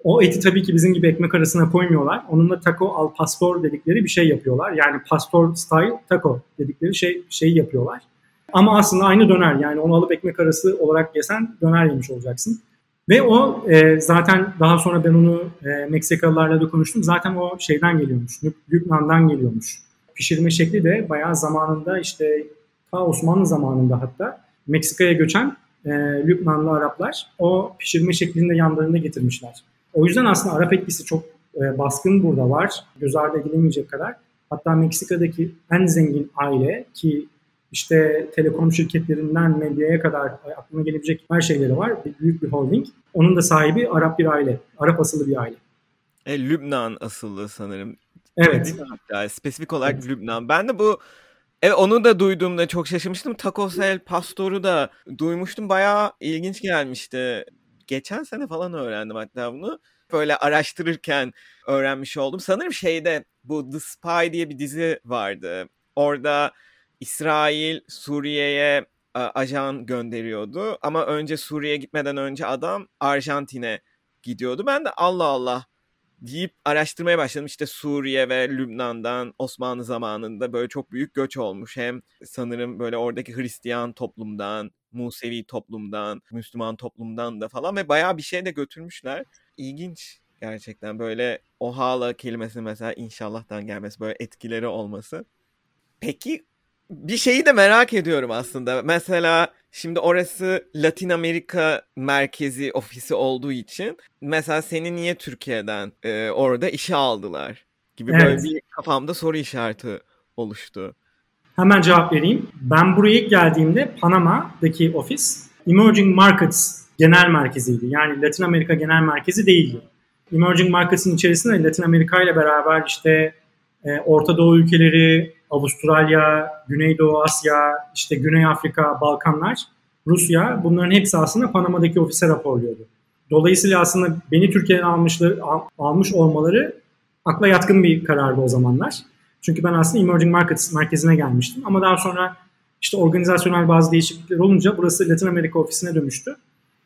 O eti tabii ki bizim gibi ekmek arasına koymuyorlar. Onunla taco al pastor dedikleri bir şey yapıyorlar. Yani pastor style taco dedikleri şeyi yapıyorlar. Ama aslında aynı döner. Yani onu alıp ekmek arası olarak yesen döner yemiş olacaksın. Ve o zaten daha sonra ben onu Meksikalılarla da konuştum. Zaten o şeyden geliyormuş. Lübnan'dan geliyormuş. Pişirme şekli de bayağı zamanında işte ta Osmanlı zamanında hatta Meksika'ya göçen Lübnanlı Araplar o pişirme şeklini de yanlarında getirmişler. O yüzden aslında Arap etkisi çok baskın burada var. Göz ardı edilemeyecek kadar. Hatta Meksika'daki en zengin aile ki işte telekom şirketlerinden medyaya kadar aklına gelebilecek her şeyleri var. Büyük bir holding. Onun da sahibi Arap bir aile. Arap asıllı bir aile. Lübnan asıllı sanırım. Evet. Değil mi hatta? Spesifik olarak evet. Lübnan. Ben de onu da duyduğumda çok şaşırmıştım. Tacos El Pastor'u da duymuştum. Bayağı ilginç gelmişti. Geçen sene falan öğrendim hatta bunu. Böyle araştırırken öğrenmiş oldum. Sanırım bu The Spy diye bir dizi vardı. Orada İsrail Suriye'ye ajan gönderiyordu. Ama önce Suriye'ye gitmeden önce adam Arjantin'e gidiyordu. Ben de Allah Allah deyip araştırmaya başladım. İşte Suriye ve Lübnan'dan Osmanlı zamanında böyle çok büyük göç olmuş. Hem sanırım böyle oradaki Hristiyan toplumdan, Musevi toplumdan, Müslüman toplumdan da falan ve bayağı bir şey de götürmüşler. İlginç gerçekten böyle ohala kelimesi mesela inşallah'tan gelmesi, böyle etkileri olması. Peki bir şeyi de merak ediyorum aslında. Mesela şimdi orası Latin Amerika merkezi ofisi olduğu için mesela seni niye Türkiye'den orada işe aldılar gibi böyle bir kafamda soru işareti oluştu. Hemen cevap vereyim. Ben buraya ilk geldiğimde Panama'daki ofis Emerging Markets genel merkeziydi. Yani Latin Amerika genel merkezi değildi. Emerging Markets'in içerisinde Latin Amerika ile beraber işte Orta Doğu ülkeleri, Avustralya, Güneydoğu Asya, işte Güney Afrika, Balkanlar, Rusya, bunların hepsi aslında Panama'daki ofise raporluyordu. Dolayısıyla aslında beni Türkiye'den almış olmaları akla yatkın bir karardı o zamanlar. Çünkü ben aslında Emerging Markets merkezine gelmiştim. Ama daha sonra işte organizasyonel bazı değişiklikler olunca burası Latin Amerika ofisine dönüştü.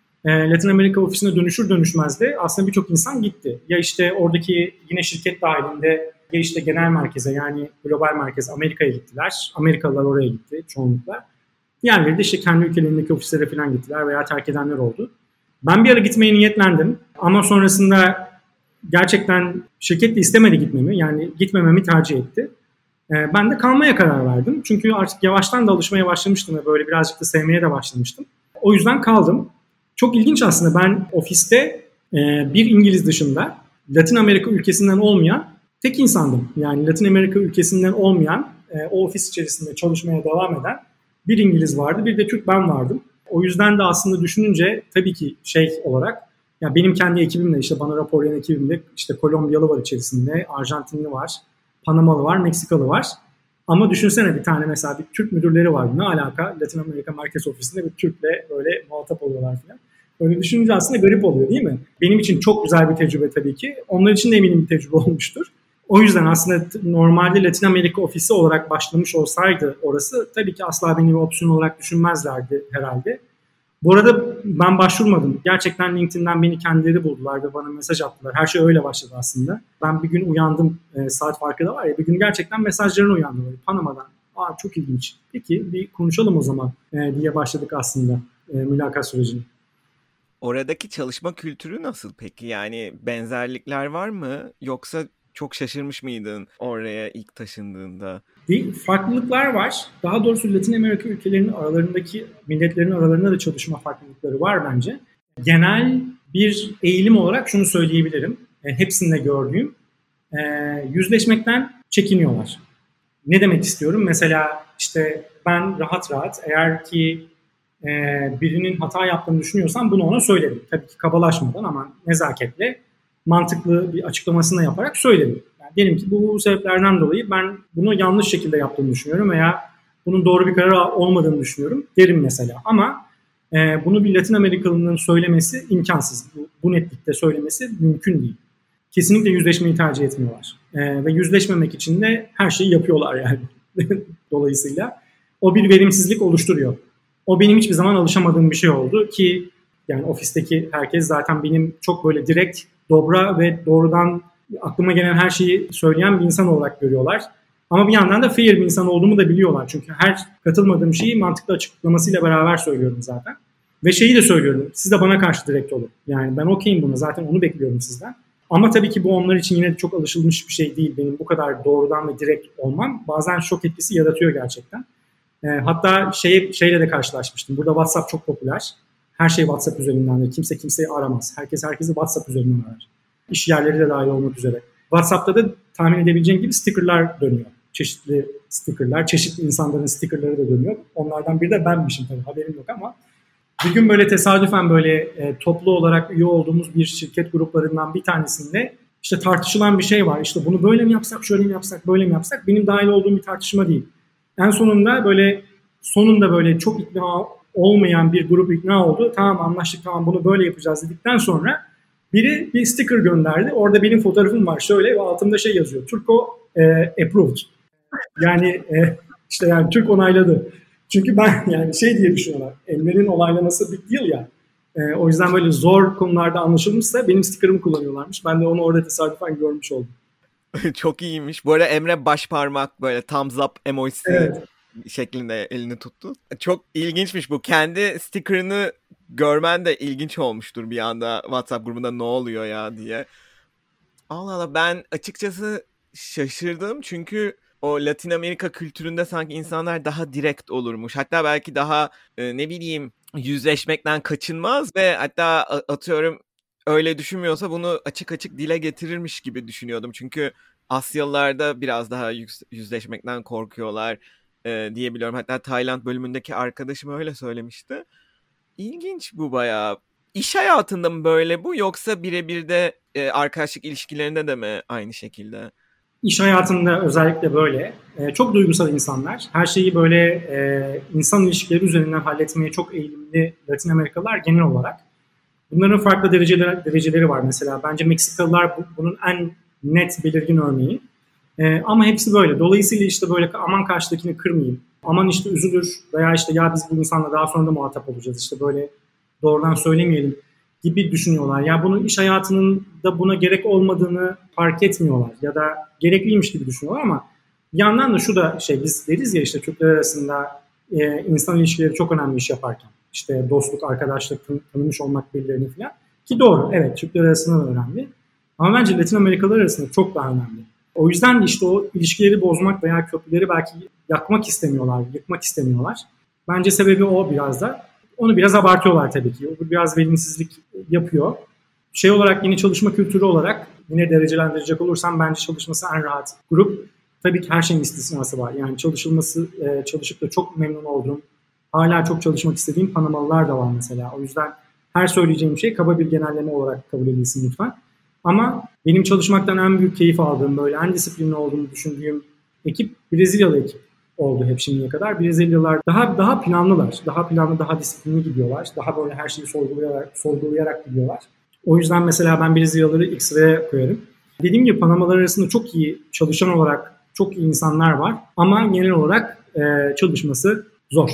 Latin Amerika ofisine dönüşür dönüşmez de aslında birçok insan gitti. Ya işte oradaki yine şirket dahilinde ya işte genel merkeze yani global merkez Amerika'ya gittiler. Amerikalılar oraya gitti çoğunlukla. Diğerleri de işte kendi ülkelerindeki ofislere falan gittiler veya terk edenler oldu. Ben bir ara gitmeye niyetlendim ama sonrasında gerçekten şirket de istemedi gitmemi. Yani gitmememi tercih etti. Ben de kalmaya karar verdim. Çünkü artık yavaştan da alışmaya başlamıştım ve böyle birazcık da sevmeye de başlamıştım. O yüzden kaldım. Çok ilginç aslında, ben ofiste bir İngiliz dışında Latin Amerika ülkesinden olmayan tek insandım. Yani Latin Amerika ülkesinden olmayan o ofis içerisinde çalışmaya devam eden bir İngiliz vardı, bir de Türk ben vardım. O yüzden de aslında düşününce tabii ki olarak ya benim kendi ekibimle işte bana raporlayan ekibimde işte Kolombiyalı var içerisinde, Arjantinli var, Panamalı var, Meksikalı var. Ama düşünsene bir tane mesela bir Türk müdürleri vardı. Ne alaka? Latin Amerika Merkez Ofisi'nde bir Türk'le böyle muhatap oluyorlar falan. Öyle düşününce aslında garip oluyor değil mi? Benim için çok güzel bir tecrübe tabii ki. Onlar için de eminim bir tecrübe olmuştur. O yüzden aslında normalde Latin Amerika ofisi olarak başlamış olsaydı orası tabii ki asla beni bir opsiyon olarak düşünmezlerdi herhalde. Bu arada ben başvurmadım. Gerçekten LinkedIn'den beni kendileri buldular ve bana mesaj attılar. Her şey öyle başladı aslında. Ben bir gün uyandım, saat farkı da var ya, bir gün gerçekten mesajlarına uyandım böyle Panama'dan. Çok ilginç. Peki bir konuşalım o zaman diye başladık aslında mülakat sürecini. Oradaki çalışma kültürü nasıl peki? Yani benzerlikler var mı? Yoksa çok şaşırmış mıydın oraya ilk taşındığında? Bir farklılıklar var. Daha doğrusu Latin Amerika ülkelerinin aralarındaki milletlerin aralarında da çalışma farklılıkları var bence. Genel bir eğilim olarak şunu söyleyebilirim. Hepsinde gördüğüm. Yüzleşmekten çekiniyorlar. Ne demek istiyorum? Mesela işte ben rahat rahat eğer ki birinin hata yaptığını düşünüyorsam bunu ona söylerim. Tabii ki kabalaşmadan ama nezaketle mantıklı bir açıklamasını yaparak söylerim. Yani diyelim ki bu sebeplerden dolayı ben bunu yanlış şekilde yaptığını düşünüyorum veya bunun doğru bir karar olmadığını düşünüyorum derim mesela. Ama bunu bir Latin Amerikalının söylemesi imkansız. Bu netlikte söylemesi mümkün değil. Kesinlikle yüzleşmeyi tercih etmiyorlar. Ve yüzleşmemek için de her şeyi yapıyorlar yani. Dolayısıyla o bir verimsizlik oluşturuyor. O benim hiçbir zaman alışamadığım bir şey oldu ki yani ofisteki herkes zaten benim çok böyle direkt dobra ve doğrudan aklıma gelen her şeyi söyleyen bir insan olarak görüyorlar. Ama bir yandan da fair bir insan olduğumu da biliyorlar. Çünkü her katılmadığım şeyi mantıklı açıklamasıyla beraber söylüyorum zaten. Ve şeyi de söylüyorum. Siz de bana karşı direkt olun. Yani ben okeyim buna. Zaten onu bekliyorum sizden. Ama tabii ki bu onlar için yine de çok alışılmış bir şey değil. Benim bu kadar doğrudan ve direkt olmam bazen şok etkisi yaratıyor gerçekten. Hatta şeyle de karşılaşmıştım. Burada WhatsApp çok popüler. Her şey WhatsApp üzerinden ve kimse kimseyi aramaz. Herkes herkesi WhatsApp üzerinden arar. İş yerleri de dahil olmak üzere. WhatsApp'ta da tahmin edebileceğin gibi stickerlar dönüyor. Çeşitli stickerlar, çeşitli insanların stickerları da dönüyor. Onlardan biri de benmişim tabii, haberim yok ama bir gün böyle tesadüfen böyle toplu olarak üye olduğumuz bir şirket gruplarından bir tanesinde işte tartışılan bir şey var. İşte bunu böyle mi yapsak, şöyle mi yapsak, böyle mi yapsak? Benim dahil olduğum bir tartışma değil. En sonunda böyle çok ikna olmayan bir grup ikna oldu. Tamam anlaştık, tamam bunu böyle yapacağız dedikten sonra biri bir sticker gönderdi. Orada benim fotoğrafım var şöyle ve altımda şey yazıyor. Turko approved. Yani işte yani Türk onayladı. Çünkü ben yani şey diye düşünüyorlar. Emre'nin onaylaması big deal ya. O yüzden böyle zor konularda anlaşılmışsa benim sticker'ımı kullanıyorlarmış. Ben de onu orada tesadüfen görmüş oldum. Çok iyiymiş. Bu arada Emre baş parmak böyle thumbs up emojisi Evet. şeklinde elini tuttu. Çok ilginçmiş bu. Kendi sticker'ını görmen de ilginç olmuştur bir anda WhatsApp grubunda ne oluyor ya diye. Allah Allah, ben açıkçası şaşırdım çünkü o Latin Amerika kültüründe sanki insanlar daha direkt olurmuş. Hatta belki daha ne bileyim yüzleşmekten kaçınmaz ve hatta atıyorum öyle düşünmüyorsa bunu açık açık dile getirirmiş gibi düşünüyordum. Çünkü Asyalılarda biraz daha yüzleşmekten korkuyorlar diyebiliyorum. Hatta Tayland bölümündeki arkadaşım öyle söylemişti. İlginç bu bayağı. İş hayatında mı böyle bu yoksa birebir de arkadaşlık ilişkilerinde de mi aynı şekilde? İş hayatında özellikle böyle. Çok duygusal insanlar. Her şeyi böyle insan ilişkileri üzerinden halletmeye çok eğilimli Latin Amerikalılar genel olarak. Bunların farklı dereceleri var mesela. Bence Meksikalılar bunun en net belirgin örneği. Ama hepsi böyle. Dolayısıyla işte böyle aman karşıdakini kırmayayım. Aman işte üzülür veya işte ya biz bu insanla daha sonra da muhatap olacağız. İşte böyle doğrudan söylemeyelim gibi düşünüyorlar. Ya bunun iş hayatının da buna gerek olmadığını fark etmiyorlar. Ya da gerekliymiş gibi düşünüyorlar ama bir yandan da şu da şey biz deriz ya işte Türkler arasında insan ilişkileri çok önemli iş yaparken. İşte dostluk, arkadaşlık, tanımış olmak birilerini falan. Ki doğru, evet Türkler arasında da önemli. Ama bence Latin Amerikalılar arasında çok daha önemli. O yüzden de işte o ilişkileri bozmak veya köprüleri belki yakmak istemiyorlar, yıkmak istemiyorlar. Bence sebebi o biraz da. Onu biraz abartıyorlar tabii ki. O biraz verimsizlik yapıyor. Şey olarak yine çalışma kültürü olarak yine derecelendirecek olursam bence çalışması en rahat grup. Tabii ki her şeyin istisnası var. Yani çalışıp da çok memnun olduğum, hala çok çalışmak istediğim Panamalılar da var mesela. O yüzden her söyleyeceğim şey kaba bir genelleme olarak kabul edilsin lütfen. Ama benim çalışmaktan en büyük keyif aldığım, böyle en disiplinli olduğunu düşündüğüm ekip Brezilyalı ekip oldu hep şimdiye kadar. Brezilyalılar daha planlılar. Daha planlı, daha disiplinli gidiyorlar. Daha böyle her şeyi sorgulayarak gidiyorlar. O yüzden mesela ben Brezilyalıları ilk sıraya koyarım. Dediğim gibi Panamalar arasında çok iyi çalışan olarak çok iyi insanlar var. Ama genel olarak çalışması zor.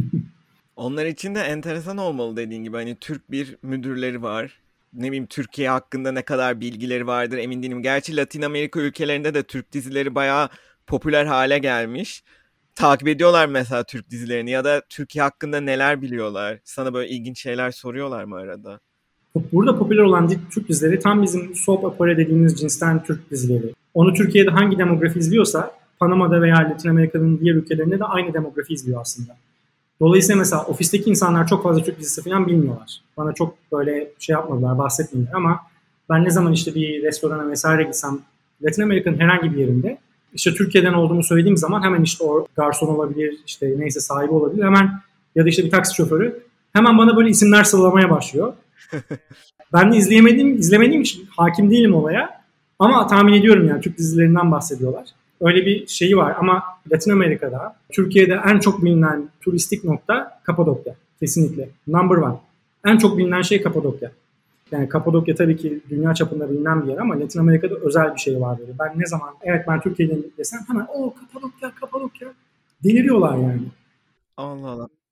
Onlar için de enteresan olmalı dediğin gibi. Hani Türk bir müdürleri var. Ne bileyim Türkiye hakkında ne kadar bilgileri vardır emin değilim. Gerçi Latin Amerika ülkelerinde de Türk dizileri bayağı popüler hale gelmiş. Takip ediyorlar mesela Türk dizilerini ya da Türkiye hakkında neler biliyorlar? Sana böyle ilginç şeyler soruyorlar mı arada? Burada popüler olan Türk dizileri tam bizim soap opera dediğimiz cinsten Türk dizileri. Onu Türkiye'de hangi demografi izliyorsa Panama'da veya Latin Amerika'nın diğer ülkelerinde de aynı demografi izliyor aslında. Dolayısıyla mesela ofisteki insanlar çok fazla Türk dizisi falan bilmiyorlar. Bana çok böyle şey yapmadılar, bahsetmediler ama ben ne zaman işte bir restorana vesaire gitsem Latin Amerika'nın herhangi bir yerinde işte Türkiye'den olduğumu söylediğim zaman hemen işte o garson olabilir, işte neyse sahibi olabilir hemen ya da işte bir taksi şoförü hemen bana böyle isimler sıralamaya başlıyor. Ben de izlemediğim için hakim değilim olaya ama tahmin ediyorum yani Türk dizilerinden bahsediyorlar. Öyle bir şeyi var ama Latin Amerika'da, Türkiye'de en çok bilinen turistik nokta Kapadokya. Kesinlikle. Number one. En çok bilinen şey Kapadokya. Yani Kapadokya tabii ki dünya çapında bilinen bir yer ama Latin Amerika'da özel bir şey var böyle. Ben ne zaman evet ben Türkiye'deyim desem hemen o Kapadokya deliriyorlar yani. Allah Allah.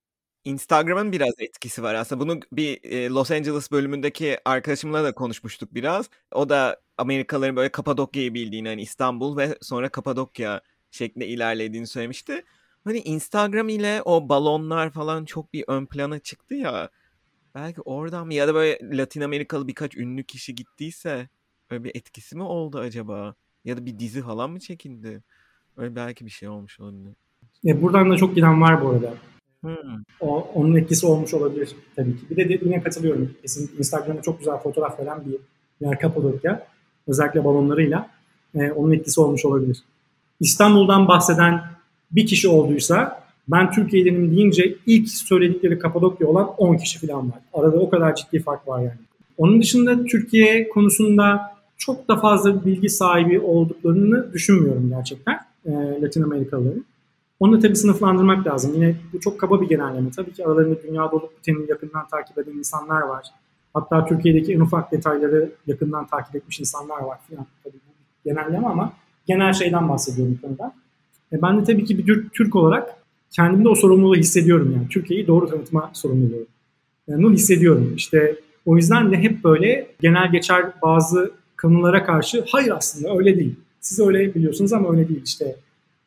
Instagram'ın biraz etkisi var aslında. Bunu bir Los Angeles bölümündeki arkadaşımla da konuşmuştuk biraz. O da Amerikalıların böyle Kapadokya'yı bildiğini, hani İstanbul ve sonra Kapadokya şeklinde ilerlediğini söylemişti. Hani Instagram ile o balonlar falan çok bir ön plana çıktı ya. Belki oradan mı, ya da böyle Latin Amerikalı birkaç ünlü kişi gittiyse öyle bir etkisi mi oldu acaba? Ya da bir dizi falan mı çekildi? Öyle belki bir şey olmuş olabilir. Buradan da çok giden var bu arada. Hmm. Onun etkisi olmuş olabilir tabii ki. Bir de yine katılıyorum. Kesinlikle Instagram'da çok güzel fotoğraf veren bir yer Kapadokya. Özellikle balonlarıyla. Onun etkisi olmuş olabilir. İstanbul'dan bahseden bir kişi olduysa, ben Türkiye'denim deyince ilk söyledikleri Kapadokya olan 10 kişi falan var. Arada o kadar ciddi fark var yani. Onun dışında Türkiye konusunda çok da fazla bilgi sahibi olduklarını düşünmüyorum gerçekten Latin Amerikalıların. Onu da tabii sınıflandırmak lazım. Yine bu çok kaba bir genelleme. Tabii ki aralarında dünyada olup biteni yakından takip eden insanlar var. Hatta Türkiye'deki en ufak detayları yakından takip etmiş insanlar var falan. Tabii bu genelleme ama genel şeyden bahsediyorum konuda. Ben de tabii ki bir Türk olarak kendimde o sorumluluğu hissediyorum yani. Türkiye'yi doğru tanıtma sorumluluğu. Yani bunu hissediyorum. İşte o yüzden de hep böyle genel geçer bazı konulara karşı hayır aslında öyle değil. Siz öyle biliyorsunuz ama öyle değil. İşte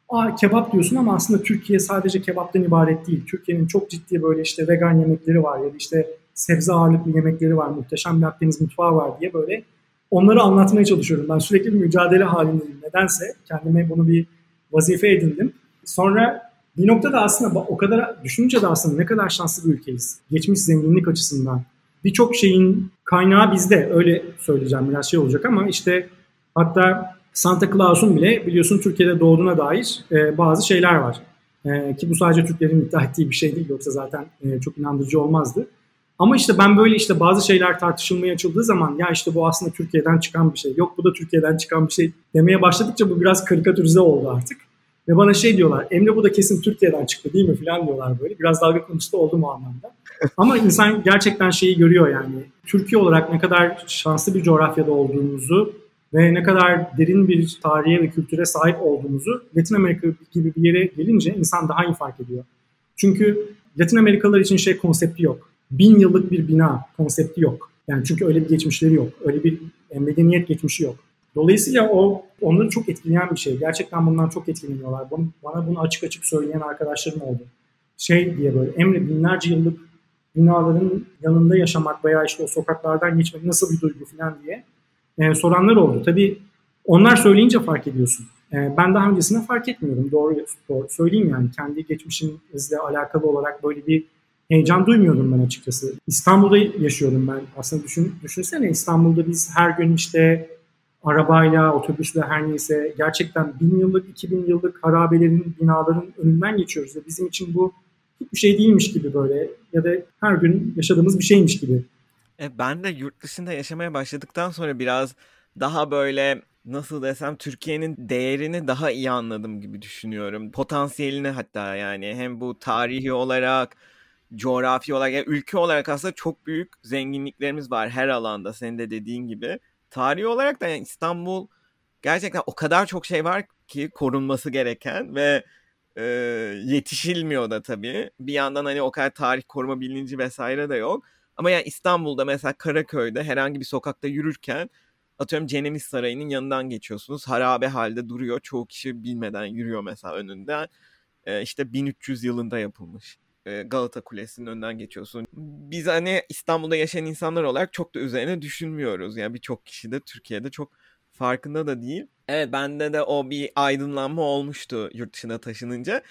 kebap diyorsun ama aslında Türkiye sadece kebaptan ibaret değil. Türkiye'nin çok ciddi böyle işte vegan yemekleri var ya da işte sebze ağırlıklı yemekleri var. Muhteşem bir Akdeniz mutfağı var diye böyle onları anlatmaya çalışıyorum. Ben sürekli bir mücadele halindeyim. Nedense kendime bunu bir vazife edindim. Sonra bir noktada aslında o kadar düşününce de aslında ne kadar şanslı bir ülkeyiz. Geçmiş zenginlik açısından. Birçok şeyin kaynağı bizde. Öyle söyleyeceğim, biraz şey olacak ama işte hatta Santa Claus'un bile biliyorsun Türkiye'de doğduğuna dair bazı şeyler var. Ki bu sadece Türklerin iddia ettiği bir şey değil. Yoksa zaten çok inandırıcı olmazdı. Ama işte ben böyle işte bazı şeyler tartışılmaya açıldığı zaman ya işte bu aslında Türkiye'den çıkan bir şey. Yok bu da Türkiye'den çıkan bir şey demeye başladıkça bu biraz karikatürize oldu artık. Ve bana şey diyorlar, Emre bu da kesin Türkiye'den çıktı değil mi falan diyorlar böyle. Biraz dalga konusu da oldum o anlamda. Ama insan gerçekten şeyi görüyor yani. Türkiye olarak ne kadar şanslı bir coğrafyada olduğumuzu ve ne kadar derin bir tarihe ve kültüre sahip olduğumuzu Latin Amerika gibi bir yere gelince insan daha iyi fark ediyor. Çünkü Latin Amerikalılar için şey konsepti yok. 1000 yıllık bir bina konsepti yok. Yani çünkü öyle bir geçmişleri yok. Öyle bir medeniyet geçmişi yok. Dolayısıyla onları çok etkileyen bir şey. Gerçekten bundan çok etkileniyorlar. Bana bunu açık açık söyleyen arkadaşlarım oldu. Şey diye böyle Emre binlerce yıllık binaların yanında yaşamak veya işte o sokaklardan geçmek nasıl bir duygu falan diye soranlar oldu. Tabii onlar söyleyince fark ediyorsun. Ben daha öncesinde fark etmiyordum. Doğru söyleyeyim yani. Kendi geçmişimizle alakalı olarak böyle bir heyecan duymuyordum ben açıkçası. İstanbul'da yaşıyorum ben. Aslında düşünsene İstanbul'da biz her gün işte arabayla, otobüsle her neyse gerçekten 1000 yıllık, 2000 yıllık harabelerin, binaların önünden geçiyoruz. Ve bizim için bu hiçbir şey değilmiş gibi böyle ya da her gün yaşadığımız bir şeymiş gibi. Ben de yurt dışında yaşamaya başladıktan sonra biraz daha böyle, nasıl desem, Türkiye'nin değerini daha iyi anladım gibi düşünüyorum. Potansiyelini hatta, yani hem bu tarihi olarak, coğrafi olarak, yani ülke olarak aslında çok büyük zenginliklerimiz var her alanda, senin de dediğin gibi. Tarihi olarak da yani İstanbul gerçekten o kadar çok şey var ki korunması gereken ve e, yetişilmiyor da tabii. Bir yandan hani o kadar tarih koruma bilinci vesaire de yok. Ama yani İstanbul'da mesela Karaköy'de herhangi bir sokakta yürürken, atıyorum Ceneviz Sarayı'nın yanından geçiyorsunuz. Harabe halde duruyor. Çoğu kişi bilmeden yürüyor mesela önünden. İşte 1300 yılında yapılmış. Galata Kulesi'nin önünden geçiyorsun. Biz hani İstanbul'da yaşayan insanlar olarak çok da üzerine düşünmüyoruz. Yani birçok kişi de Türkiye'de çok farkında da değil. Evet, bende de o bir aydınlanma olmuştu yurt dışına taşınınca.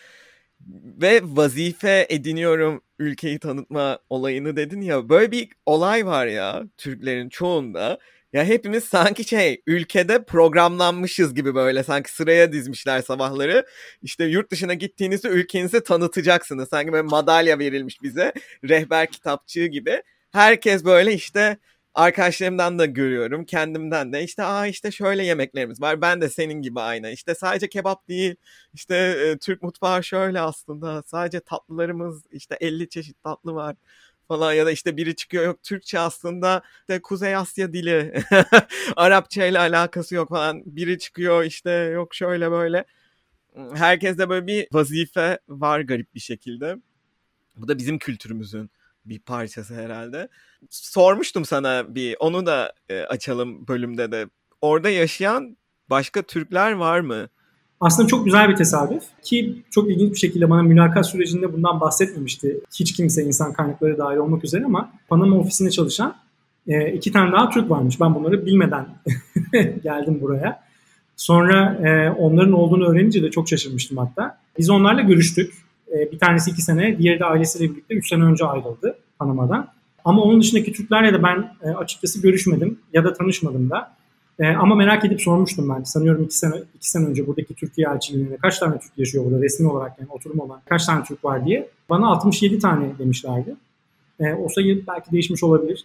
Ve vazife ediniyorum ülkeyi tanıtma olayını dedin ya. Böyle bir olay var ya Türklerin çoğunda. Ya hepimiz sanki ülkede programlanmışız gibi, böyle sanki sıraya dizmişler sabahları. İşte yurt dışına gittiğinizde ülkenizi tanıtacaksınız. Sanki böyle madalya verilmiş bize, rehber kitapçığı gibi. Herkes böyle işte, arkadaşlarımdan da görüyorum, kendimden de işte işte şöyle yemeklerimiz var. Ben de senin gibi aynı. İşte sadece kebap değil. İşte Türk mutfağı şöyle aslında. Sadece tatlılarımız işte 50 çeşit tatlı var falan, ya da işte biri çıkıyor, yok Türkçe aslında işte Kuzey Asya dili. Arapça ile alakası yok falan. Biri çıkıyor işte, yok şöyle böyle. Herkeste böyle bir vazife var garip bir şekilde. Bu da bizim kültürümüzün bir parçası herhalde. Sormuştum sana onu da açalım bölümde de. Orada yaşayan başka Türkler var mı? Aslında çok güzel bir tesadüf ki çok ilginç bir şekilde bana mülakat sürecinde bundan bahsetmemişti hiç kimse, insan kaynakları dahil olmak üzere, ama Panama ofisinde çalışan 2 tane daha Türk varmış. Ben bunları bilmeden geldim buraya. Sonra onların olduğunu öğrenince de çok şaşırmıştım hatta. Biz onlarla görüştük. Bir tanesi 2 sene, diğeri de ailesiyle birlikte 3 sene önce ayrıldı Panama'dan. Ama onun dışındaki Türklerle de ben açıkçası görüşmedim ya da tanışmadım da. Ama merak edip sormuştum ben. Sanıyorum 2 sene önce buradaki Türkiye elçiliğinde kaç tane Türk yaşıyor burada resmi olarak, yani oturum olan kaç tane Türk var diye. Bana 67 tane demişlerdi. O sayı belki değişmiş olabilir.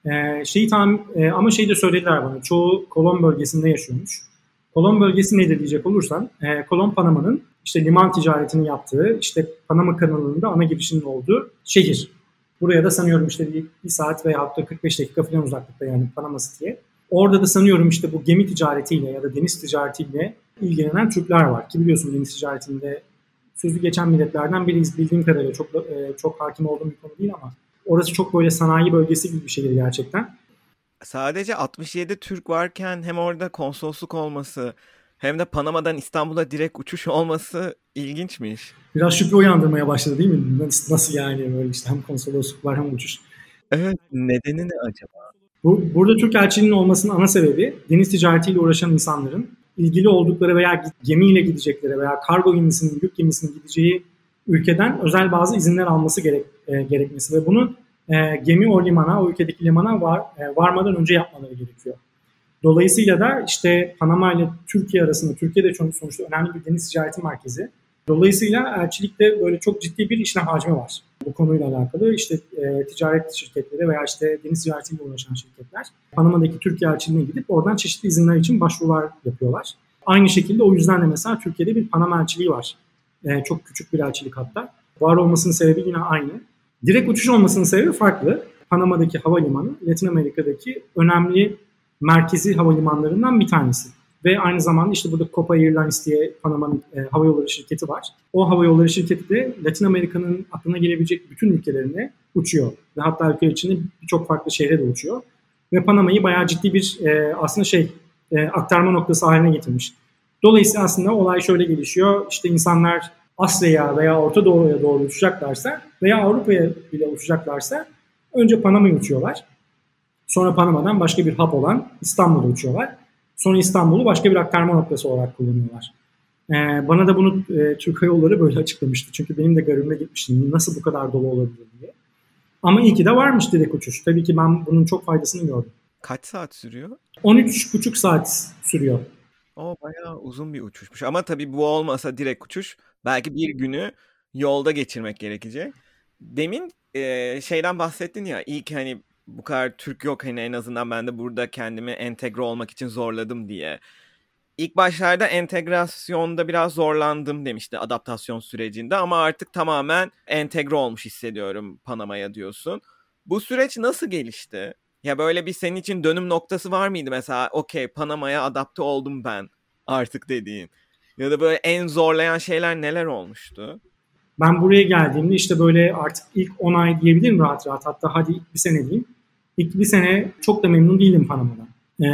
Ama şeyi de söylediler bana. Çoğu Kolon bölgesinde yaşıyormuş. Kolon bölgesi nedir diyecek olursan, Kolon Panama'nın işte liman ticaretini yaptığı, işte Panama kanalının da ana girişinin olduğu şehir. Buraya da sanıyorum işte bir saat veya hatta 45 dakika falan uzaklıkta, yani Panama City'ye. Orada da sanıyorum işte bu gemi ticaretiyle ya da deniz ticaretiyle ilgilenen Türkler var. Ki biliyorsun deniz ticaretinde sözü geçen milletlerden biriyiz. Bildiğim kadarıyla çok hakim olduğum bir konu değil ama orası çok böyle sanayi bölgesi gibi bir şehir gerçekten. Sadece 67 Türk varken hem orada konsolosluk olması hem de Panama'dan İstanbul'a direkt uçuş olması ilginçmiş. Biraz şüphe uyandırmaya başladı değil mi? Nasıl yani böyle işte hem konsolosluk var hem uçuş. Evet, nedeni ne acaba? Burada Türk elçiliğinin olmasının ana sebebi deniz ticaretiyle uğraşan insanların ilgili oldukları veya gemiyle gidecekleri veya kargo gemisinin, yük gemisinin gideceği ülkeden özel bazı izinler alması gerekmesi ve bunu gemi o limana, o ülkedeki limana varmadan önce yapmaları gerekiyor. Dolayısıyla da işte Panama ile Türkiye arasında, Türkiye'de sonuçta önemli bir deniz ticareti merkezi. Dolayısıyla elçilikte böyle çok ciddi bir işlem hacmi var bu konuyla alakalı. İşte ticaret şirketleri veya işte deniz ticaretiyle uğraşan şirketler Panama'daki Türkiye elçiliğine gidip oradan çeşitli izinler için başvurular yapıyorlar. Aynı şekilde o yüzden de mesela Türkiye'de bir Panama elçiliği var. Çok küçük bir elçilik hatta. Var olmasının sebebi yine aynı. Direkt uçuş olmasının sebebi farklı. Panama'daki havalimanı Latin Amerika'daki önemli merkezi havalimanlarından bir tanesi. Ve aynı zamanda işte burada Copa Airlines diye Panama'nın havayolları şirketi var. O havayolları şirketi de Latin Amerika'nın aklına gelebilecek bütün ülkelerine uçuyor. Ve hatta ülke içinde birçok farklı şehre de uçuyor. Ve Panama'yı bayağı ciddi bir aslında aktarma noktası haline getirmiş. Dolayısıyla aslında olay şöyle gelişiyor. İşte insanlar Asya'ya veya Orta Doğu'ya doğru uçacaklarsa veya Avrupa'ya bile uçacaklarsa önce Panama'ya uçuyorlar. Sonra Panama'dan başka bir hub olan İstanbul'a uçuyorlar. Sonra İstanbul'u başka bir aktarma noktası olarak kullanıyorlar. Bana da bunu Türk Hava Yolları böyle açıklamıştı. Çünkü benim de garibime gitmişti. Nasıl bu kadar dolu olabilir diye. Ama iyi ki de varmış direkt uçuş. Tabii ki ben bunun çok faydasını gördüm. Kaç saat sürüyor? 13,5 saat sürüyor. O bayağı uzun bir uçuşmuş. Ama tabii bu olmasa direkt uçuş belki bir günü yolda geçirmek gerekecek. Demin şeyden bahsettin ya, ilk hani bu kadar Türk yok, hani en azından ben de burada kendimi entegre olmak için zorladım diye. İlk başlarda entegrasyonda biraz zorlandım demişti, adaptasyon sürecinde, ama artık tamamen entegre olmuş hissediyorum Panama'ya diyorsun. Bu süreç nasıl gelişti? Ya böyle bir senin için dönüm noktası var mıydı mesela? Okey, Panama'ya adapte oldum ben artık dediğin. Ya da böyle en zorlayan şeyler neler olmuştu? Ben buraya geldiğimde işte böyle artık ilk 10 ay diyebilirim rahat rahat. Hatta hadi ilk bir sene diyeyim. İlk bir sene çok da memnun değilim Panama'dan.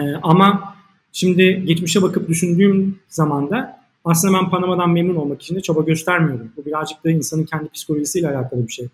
Ama şimdi geçmişe bakıp düşündüğüm zaman da aslında ben Panama'dan memnun olmak için de çaba göstermiyordum. Bu birazcık da insanın kendi psikolojisiyle alakalı bir şey.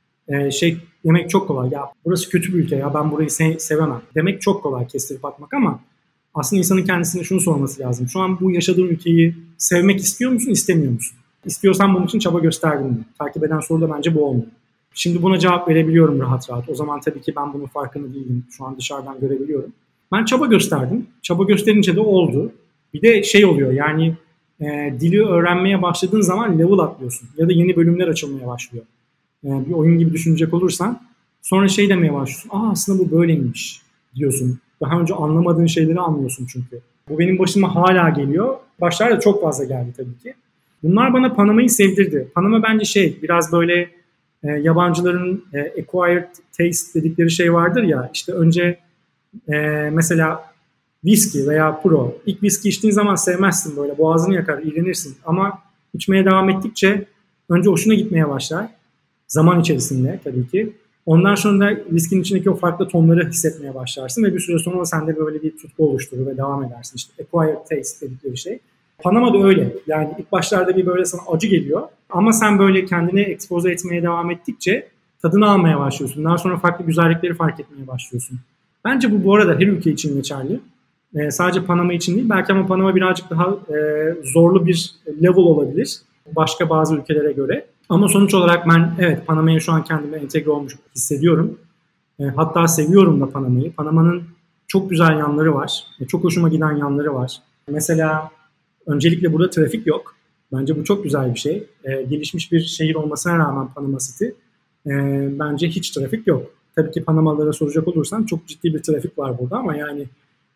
Demek çok kolay. Ya burası kötü bir ülke ya, ben burayı sevemem. Demek çok kolay, kestirip atmak, ama aslında insanın kendisine şunu sorması lazım. Şu an bu yaşadığın ülkeyi sevmek istiyor musun, istemiyor musun? İstiyorsan bunun için çaba gösterdin mi? Takip eden soru da bence bu olmuyor. Şimdi buna cevap verebiliyorum rahat rahat. O zaman tabii ki ben bunun farkında değilim. Şu an dışarıdan görebiliyorum. Ben çaba gösterdim. Çaba gösterince de oldu. Bir de oluyor yani dili öğrenmeye başladığın zaman level atlıyorsun. Ya da yeni bölümler açılmaya başlıyor. Bir oyun gibi düşünecek olursan sonra demeye başlıyorsun. Aslında bu böyleymiş diyorsun. Daha önce anlamadığın şeyleri anlıyorsun çünkü. Bu benim başıma hala geliyor. Başlarda çok fazla geldi tabii ki. Bunlar bana Panama'yı sevdirdi. Panama bence biraz böyle yabancıların acquired taste dedikleri şey vardır ya. İşte önce mesela viski veya puro. İlk viski içtiğin zaman sevmezsin, böyle boğazını yakar, iğrenirsin. Ama içmeye devam ettikçe önce hoşuna gitmeye başlar. Zaman içerisinde tabii ki. Ondan sonra da viskinin içindeki o farklı tonları hissetmeye başlarsın ve bir süre sonra sende böyle bir tutku oluşturur ve devam edersin. İşte acquired taste dedikleri şey. Panama da öyle. Yani ilk başlarda bir böyle sana acı geliyor. Ama sen böyle kendini ekspoze etmeye devam ettikçe tadını almaya başlıyorsun. Daha sonra farklı güzellikleri fark etmeye başlıyorsun. Bence bu arada her ülke için geçerli. Sadece Panama için değil. Belki ama Panama birazcık daha zorlu bir level olabilir. Başka bazı ülkelere göre. Ama sonuç olarak ben evet Panama'ya şu an kendime entegre olmuş hissediyorum. Hatta seviyorum da Panama'yı. Panama'nın çok güzel yanları var. Çok hoşuma giden yanları var. Mesela öncelikle burada trafik yok. Bence bu çok güzel bir şey. Gelişmiş bir şehir olmasına rağmen Panama City bence hiç trafik yok. Tabii ki Panamalılara soracak olursam çok ciddi bir trafik var burada ama yani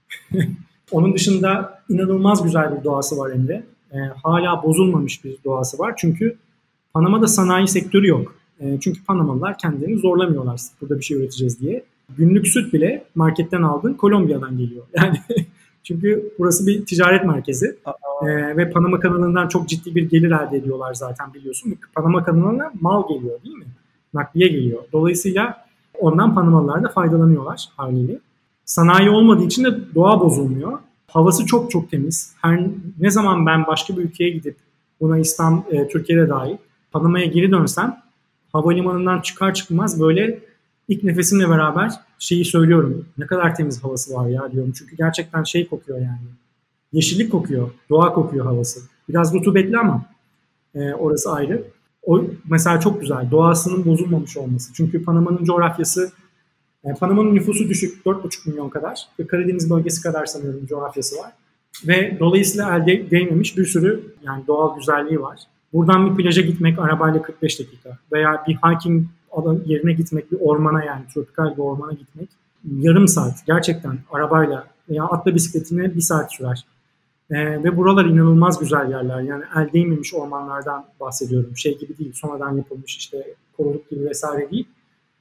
onun dışında inanılmaz güzel bir doğası var Emre. Hala bozulmamış bir doğası var. Çünkü Panama'da sanayi sektörü yok. Çünkü Panamalılar kendilerini zorlamıyorlar burada bir şey üreteceğiz diye. Günlük süt bile marketten aldığın Kolombiya'dan geliyor. Yani çünkü burası bir ticaret merkezi. Ve Panama kanalından çok ciddi bir gelir elde ediyorlar zaten biliyorsun. Panama kanalına mal geliyor değil mi? Nakliye geliyor. Dolayısıyla ondan Panamalılar da faydalanıyorlar haliyle. Sanayi olmadığı için de doğa bozulmuyor. Havası çok çok temiz. Ne zaman ben başka bir ülkeye gidip buna Türkiye'de dahil Panama'ya geri dönsem havalimanından çıkar çıkmaz böyle ilk nefesimle beraber şeyi söylüyorum. Ne kadar temiz havası var ya diyorum. Çünkü gerçekten şey kokuyor yani. Yeşillik kokuyor. Doğa kokuyor havası. Biraz rutubetli ama orası ayrı. O mesela çok güzel. Doğasının bozulmamış olması. Çünkü Panama'nın coğrafyası Panama'nın nüfusu düşük. 4,5 milyon kadar. Ve Karadeniz bölgesi kadar sanıyorum coğrafyası var. Ve dolayısıyla elde değmemiş bir sürü yani doğal güzelliği var. Buradan bir plaja gitmek arabayla 45 dakika veya bir hiking yerine gitmek, bir ormana yani tropikal bir ormana gitmek yarım saat gerçekten arabayla veya atla bisikletine 1 saat sürer. Ve buralar inanılmaz güzel yerler. Yani el değmemiş ormanlardan bahsediyorum. Şey gibi değil, sonradan yapılmış işte koruluk gibi vesaire değil.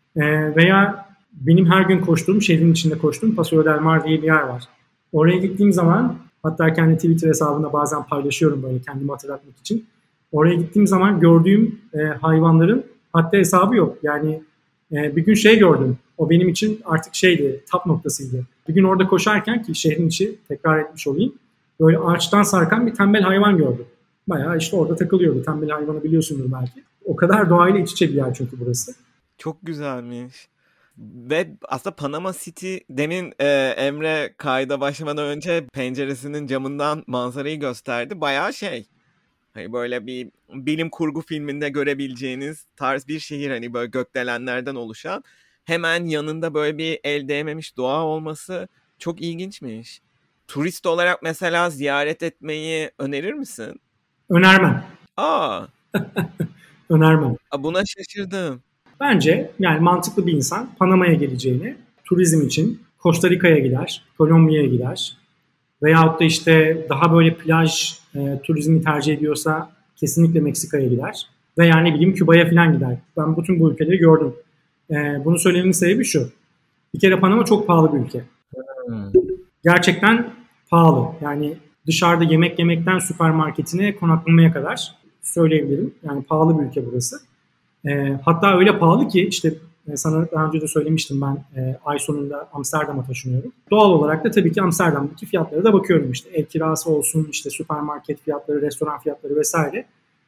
Veya benim her gün koştuğum, şehrin içinde koştuğum Paseo del Mar diye bir yer var. Oraya gittiğim zaman hatta kendi Twitter hesabında bazen paylaşıyorum böyle kendimi hatırlatmak için. Oraya gittiğim zaman gördüğüm hayvanların hatta hesabı yok. Yani bir gün şey gördüm. O benim için artık şeydi, tap noktasıydı. Bir gün orada koşarken ki şehrin içi tekrar etmiş olayım. Böyle ağaçtan sarkan bir tembel hayvan gördüm. Bayağı işte orada takılıyordu. Tembel hayvanı biliyorsundur belki. O kadar doğayla iç içe bir yer çünkü burası. Çok güzelmiş. Ve aslında Panama City demin Emre kayda başlamadan önce penceresinin camından manzarayı gösterdi. Bayağı şey. Hani böyle bir bilim kurgu filminde görebileceğiniz tarz bir şehir hani böyle gökdelenlerden oluşan. Hemen yanında böyle bir el değmemiş doğa olması çok ilginçmiş. Turist olarak mesela ziyaret etmeyi önerir misin? Önermem. Aa, Önermem. buna şaşırdım. Bence yani mantıklı bir insan Panama'ya geleceğini turizm için Costa Rica'ya gider, Kolombiya'ya gider veyahut da işte daha böyle plaj turizmi tercih ediyorsa kesinlikle Meksika'ya gider veya ne bileyim Küba'ya falan gider. Ben bütün bu ülkeleri gördüm. Bunu söylememin sebebi şu. Bir kere Panama çok pahalı bir ülke. Gerçekten pahalı. Yani dışarıda yemek yemekten süpermarketine konaklamaya kadar söyleyebilirim. Yani pahalı bir ülke burası. Hatta öyle pahalı ki işte sana daha önce de söylemiştim ben ay sonunda Amsterdam'a taşınıyorum. Doğal olarak da tabii ki Amsterdam'daki fiyatlara da bakıyorum işte ev kirası olsun işte süpermarket fiyatları, restoran fiyatları vesaire.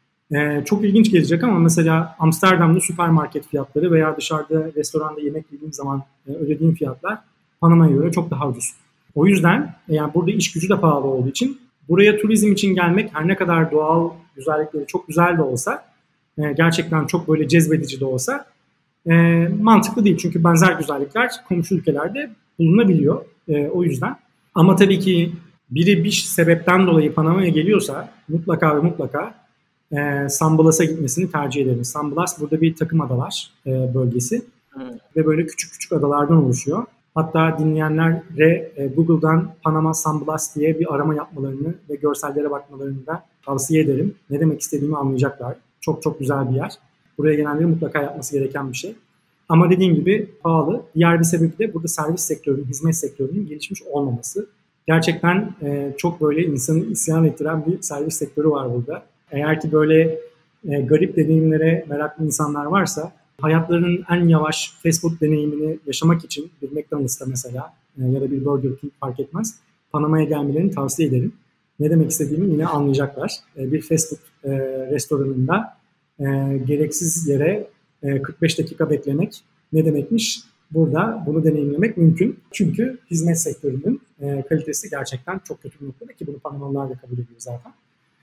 Çok ilginç gelecek ama mesela Amsterdam'da süpermarket fiyatları veya dışarıda restoranda yemek yediğim zaman ödediğim fiyatlar Panama'ya göre çok daha ucuz. O yüzden yani burada iş gücü de pahalı olduğu için buraya turizm için gelmek her ne kadar doğal güzellikleri çok güzel de olsa gerçekten çok böyle cezbedici de olsa mantıklı değil. Çünkü benzer güzellikler komşu ülkelerde bulunabiliyor. O yüzden. Ama tabii ki biri bir sebepten dolayı Panama'ya geliyorsa mutlaka ve mutlaka San Blas'a gitmesini tercih ederim. San Blas burada bir takım adalar bölgesi. Ve böyle küçük küçük adalardan oluşuyor. Hatta dinleyenlere Google'dan Panama San Blas diye bir arama yapmalarını ve görsellere bakmalarını da tavsiye ederim. Ne demek istediğimi anlayacaklar. Çok çok güzel bir yer. Buraya gelenlerin mutlaka yapması gereken bir şey. Ama dediğim gibi pahalı. Diğer bir sebebi de burada servis sektörünün, hizmet sektörünün gelişmiş olmaması. Gerçekten çok böyle insanı isyan ettiren bir servis sektörü var burada. Eğer ki böyle garip deneyimlere meraklı insanlar varsa hayatlarının en yavaş fast food deneyimini yaşamak için bir McDonald's'ta mesela ya da bir Burger King fark etmez Panama'ya gelmelerini tavsiye ederim. Ne demek istediğimi yine anlayacaklar. Bir fast food restoranında gereksiz yere 45 dakika beklemek ne demekmiş? Burada bunu deneyimlemek mümkün. Çünkü hizmet sektörünün kalitesi gerçekten çok kötü bir noktada ki bunu Panamalılar da kabul ediyor zaten.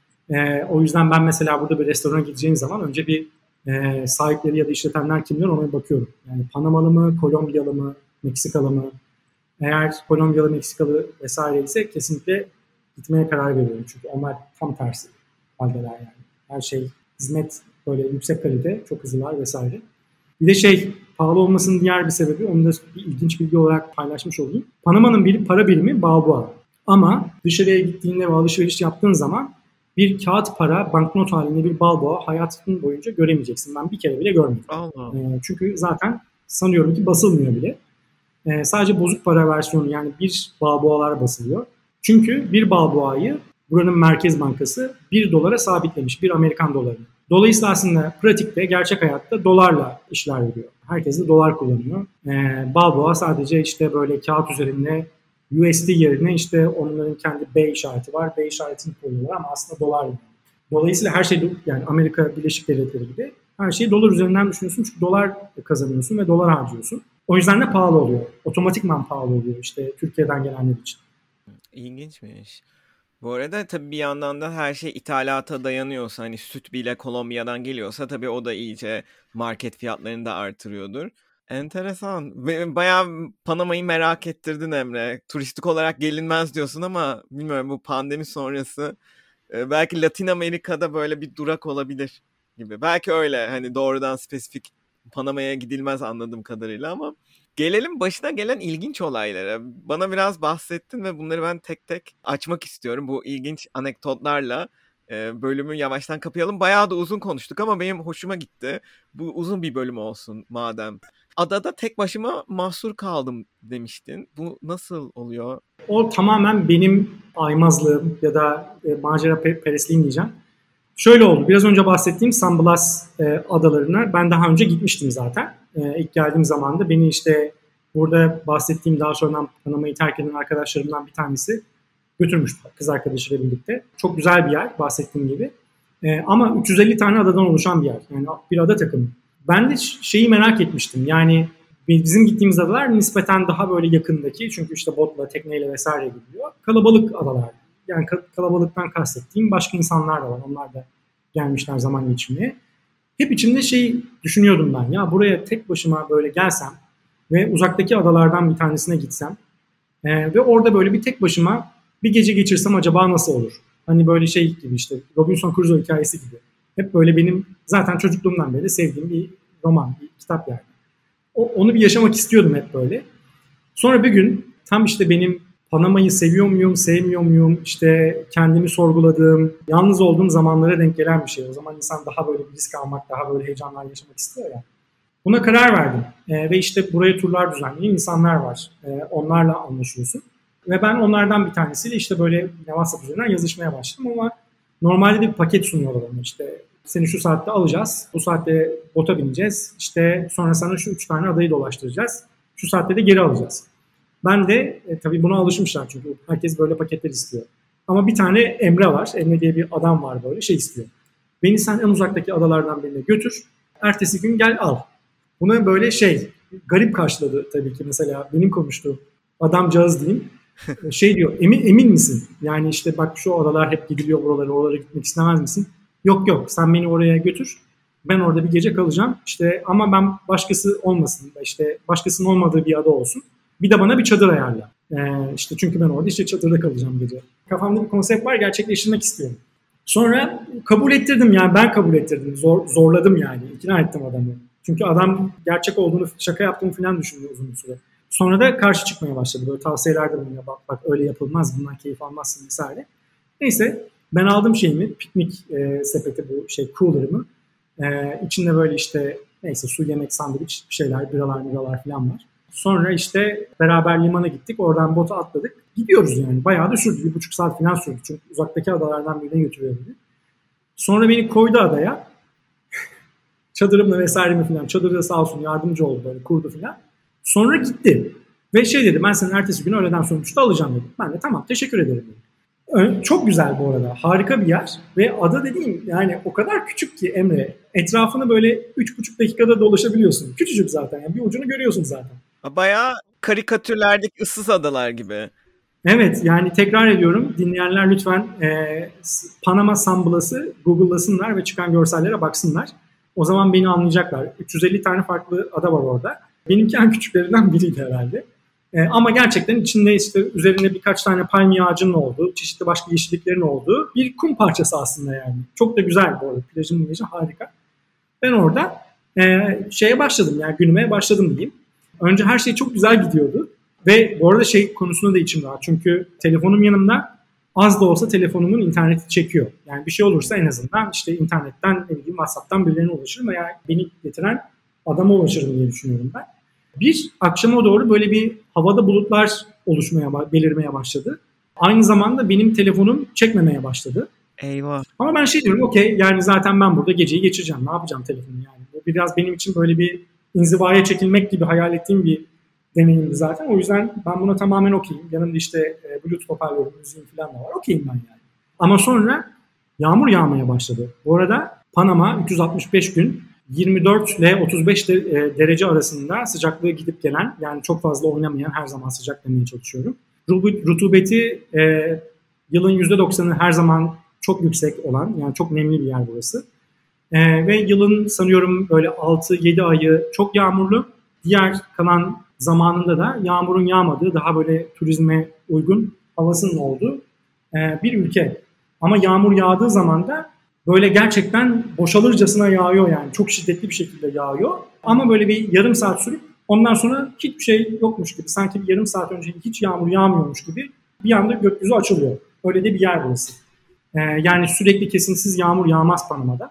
O yüzden ben mesela burada bir restorana gideceğim zaman önce bir sahipleri ya da işletenler kimler ona bakıyorum. Yani Panamalı mı, Kolombiyalı mı, Meksikalı mı? Eğer Kolombiyalı, Meksikalı vesaire ise kesinlikle gitmeye karar veriyorum. Çünkü onlar tam tersi haldeler yani. Her şey, hizmet böyle yüksek kalite, çok hızlılar vesaire. Bir de pahalı olmasının diğer bir sebebi, onu da bir ilginç bilgi olarak paylaşmış olayım. Panama'nın bir para birimi Balboa. Ama dışarıya gittiğinde ve alışveriş yaptığın zaman bir kağıt para, banknot halinde bir Balboa hayatın boyunca göremeyeceksin. Ben bir kere bile görmedim. Allah. Çünkü zaten sanıyorum ki basılmıyor bile. Sadece bozuk para versiyonu yani bir Balboa'lar basılıyor. Çünkü bir Balboa'yı buranın Merkez Bankası $1 sabitlemiş, bir Amerikan dolarını. Dolayısıyla aslında pratikte, gerçek hayatta dolarla işler yürüyor. Herkes de dolar kullanıyor. Balboa sadece işte böyle kağıt üzerinde USD yerine işte onların kendi B işareti var. B işaretini koyuyorlar ama aslında dolar yani. Dolayısıyla her şey yani Amerika Birleşik Devletleri gibi her şeyi dolar üzerinden düşünüyorsun. Çünkü dolar kazanıyorsun ve dolar harcıyorsun. O yüzden de pahalı oluyor. Otomatikman pahalı oluyor işte Türkiye'den gelenler için. İlginçmiş. Bu arada tabii bir yandan da her şey ithalata dayanıyorsa hani süt bile Kolombiya'dan geliyorsa tabii o da iyice market fiyatlarını da artırıyordur. Enteresan. Bayağı Panama'yı merak ettirdin Emre. Turistik olarak gelinmez diyorsun ama bilmiyorum bu pandemi sonrası belki Latin Amerika'da böyle bir durak olabilir gibi. Belki öyle hani doğrudan spesifik Panama'ya gidilmez anladığım kadarıyla ama gelelim başına gelen ilginç olaylara. Bana biraz bahsettin ve bunları ben tek tek açmak istiyorum. Bu ilginç anekdotlarla bölümü yavaştan kapayalım. Bayağı da uzun konuştuk ama benim hoşuma gitti. Bu uzun bir bölüm olsun madem. Adada tek başıma mahsur kaldım demiştin. Bu nasıl oluyor? O tamamen benim aymazlığım ya da macera perestliğim diyeceğim. Şöyle oldu. Biraz önce bahsettiğim San Blas adalarına ben daha önce gitmiştim zaten. İlk geldiğim zaman da beni işte burada bahsettiğim daha sonradan Panama'yı terk eden arkadaşlarımdan bir tanesi götürmüştü kız arkadaşıyla birlikte. Çok güzel bir yer bahsettiğim gibi. Ama 350 tane adadan oluşan bir yer. Yani bir ada takımı. Ben de şeyi merak etmiştim. Yani bizim gittiğimiz adalar nispeten daha böyle yakındaki. Çünkü işte botla, tekneyle vesaire gidiliyor. Kalabalık adalar. Yani kalabalıktan kastettiğim başka insanlar da var. Onlar da gelmişler zaman geçirmeye. Hep içimde düşünüyordum ben. Ya buraya tek başıma böyle gelsem ve uzaktaki adalardan bir tanesine gitsem ve orada böyle bir tek başıma bir gece geçirsem acaba nasıl olur? Hani böyle gibi işte Robinson Crusoe hikayesi gibi. Hep böyle benim zaten çocukluğumdan beri sevdiğim bir roman, bir kitap yani. Onu bir yaşamak istiyordum hep böyle. Sonra bir gün tam işte benim Panama'yı seviyor muyum, sevmiyor muyum, işte kendimi sorguladığım, yalnız olduğum zamanlara denk gelen bir şey. O zaman insan daha böyle bir risk almak, daha böyle heyecanlar yaşamak istiyor ya. Buna karar verdim. Ve işte buraya turlar düzenleyen insanlar var. Onlarla anlaşıyorsun. Ve ben onlardan bir tanesiyle işte böyle WhatsApp üzerinden yazışmaya başladım ama normalde de bir paket sunuyorlar bana. İşte seni şu saatte alacağız, bu saatte bota bineceğiz, işte sonra sana şu 3 tane adayı dolaştıracağız, şu saatte de geri alacağız. Ben de tabii buna alışmışlar çünkü herkes böyle paketler istiyor. Ama bir tane Emre var, Emre diye bir adam var böyle istiyor. Beni sen en uzaktaki adalardan birine götür, ertesi gün gel al. Buna böyle garip karşıladı tabii ki mesela benim konuştuğum adamcağız diyeyim. Diyor, emin misin? Yani işte bak şu adalar hep gidiliyor oralara gitmek istemez misin? Yok sen beni oraya götür. Ben orada bir gece kalacağım. İşte ama ben başkası olmasın. İşte başkasının olmadığı bir ada olsun. Bir de bana bir çadır ayarla. İşte çünkü ben orada işte çadırda kalacağım gece. Kafamda bir konsept var, gerçekleştirmek istiyorum. Sonra kabul ettirdim yani ben kabul ettirdim. Zorladım yani. İkna ettim adamı. Çünkü adam gerçek olduğunu, şaka yaptığımı falan düşünüyor uzun bir süre. Sonra da karşı çıkmaya başladı. Böyle tavsiyelerde bulunuyor. Bak öyle yapılmaz, bundan keyif almazsın vesaire. Neyse ben aldım piknik sepeti bu cooler'ımı. İçinde böyle işte neyse su, yemek, sandviç bir şeyler, biralar falan var. Sonra işte beraber limana gittik. Oradan bota atladık. Gidiyoruz yani. Bayağı da sürdü. 1,5 saat falan sürdü. Çünkü uzaktaki adalardan birine götürüyor beni. Sonra beni koydu adaya. çadırımla vesairemi falan. Çadırda sağ olsun yardımcı oldu, böyle kurdu falan. Sonra gitti. Ve şey dedi, ben senin ertesi günü öğleden sonra 3'te alacağım dedi. Ben de tamam, teşekkür ederim dedim. Çok güzel bu arada. Harika bir yer. Ve ada dediğim yani o kadar küçük ki Emre. Etrafını böyle 3,5 dakikada dolaşabiliyorsun. Küçücük zaten. Yani bir ucunu görüyorsun zaten. Bayağı karikatürlerdeki ıssız adalar gibi. Evet, yani tekrar ediyorum. Dinleyenler lütfen Panama Sambalası Google'lasınlar ve çıkan görsellere baksınlar. O zaman beni anlayacaklar. 350 tane farklı ada var orada. Benimki en küçüklerinden biriydi herhalde. Ama gerçekten içinde işte üzerinde birkaç tane palmiye ağacının olduğu, çeşitli başka yeşilliklerin olduğu bir kum parçası aslında yani. Çok da güzel bu arada. Plajın imajı harika. Ben orada şeye başladım, yani günüme başladım diyeyim. Önce her şey çok güzel gidiyordu. Ve bu arada şey konusunda da içim rahat. Çünkü telefonum yanımda, az da olsa telefonumun interneti çekiyor. Yani bir şey olursa en azından işte internetten, ne bileyim WhatsApp'tan birilerine ulaşırım veya beni getiren adama ulaşırım diye düşünüyorum ben. Bir akşama doğru böyle bir havada bulutlar belirmeye başladı. Aynı zamanda benim telefonum çekmemeye başladı. Eyvah. Ama ben şey diyorum, okey yani zaten ben burada geceyi geçireceğim. Ne yapacağım telefonu yani? Bu biraz benim için böyle bir inzivaya çekilmek gibi hayal ettiğim bir deneyimdi zaten. O yüzden ben buna tamamen okeyim. Yanımda işte Bluetooth hoparlörüm, müziğim falan da var. Okeyim ben yani. Ama sonra yağmur yağmaya başladı. Bu arada Panama 365 gün 24 ile 35 derece arasında sıcaklığı gidip gelen, yani çok fazla oynamayan, her zaman sıcak demeye çalışıyorum. Rutubeti yılın %90'ı her zaman çok yüksek olan, yani çok nemli bir yer burası. Ve yılın sanıyorum böyle 6-7 ayı çok yağmurlu. Diğer kalan zamanında da yağmurun yağmadığı, daha böyle turizme uygun havasının olduğu bir ülke. Ama yağmur yağdığı zaman da böyle gerçekten boşalırcasına yağıyor yani. Çok şiddetli bir şekilde yağıyor. Ama böyle bir yarım saat sürüp ondan sonra hiçbir şey yokmuş gibi, sanki bir yarım saat önce hiç yağmur yağmıyormuş gibi bir anda gökyüzü açılıyor. Öyle de bir yer burası. Yani sürekli kesintisiz yağmur yağmaz Panama'da.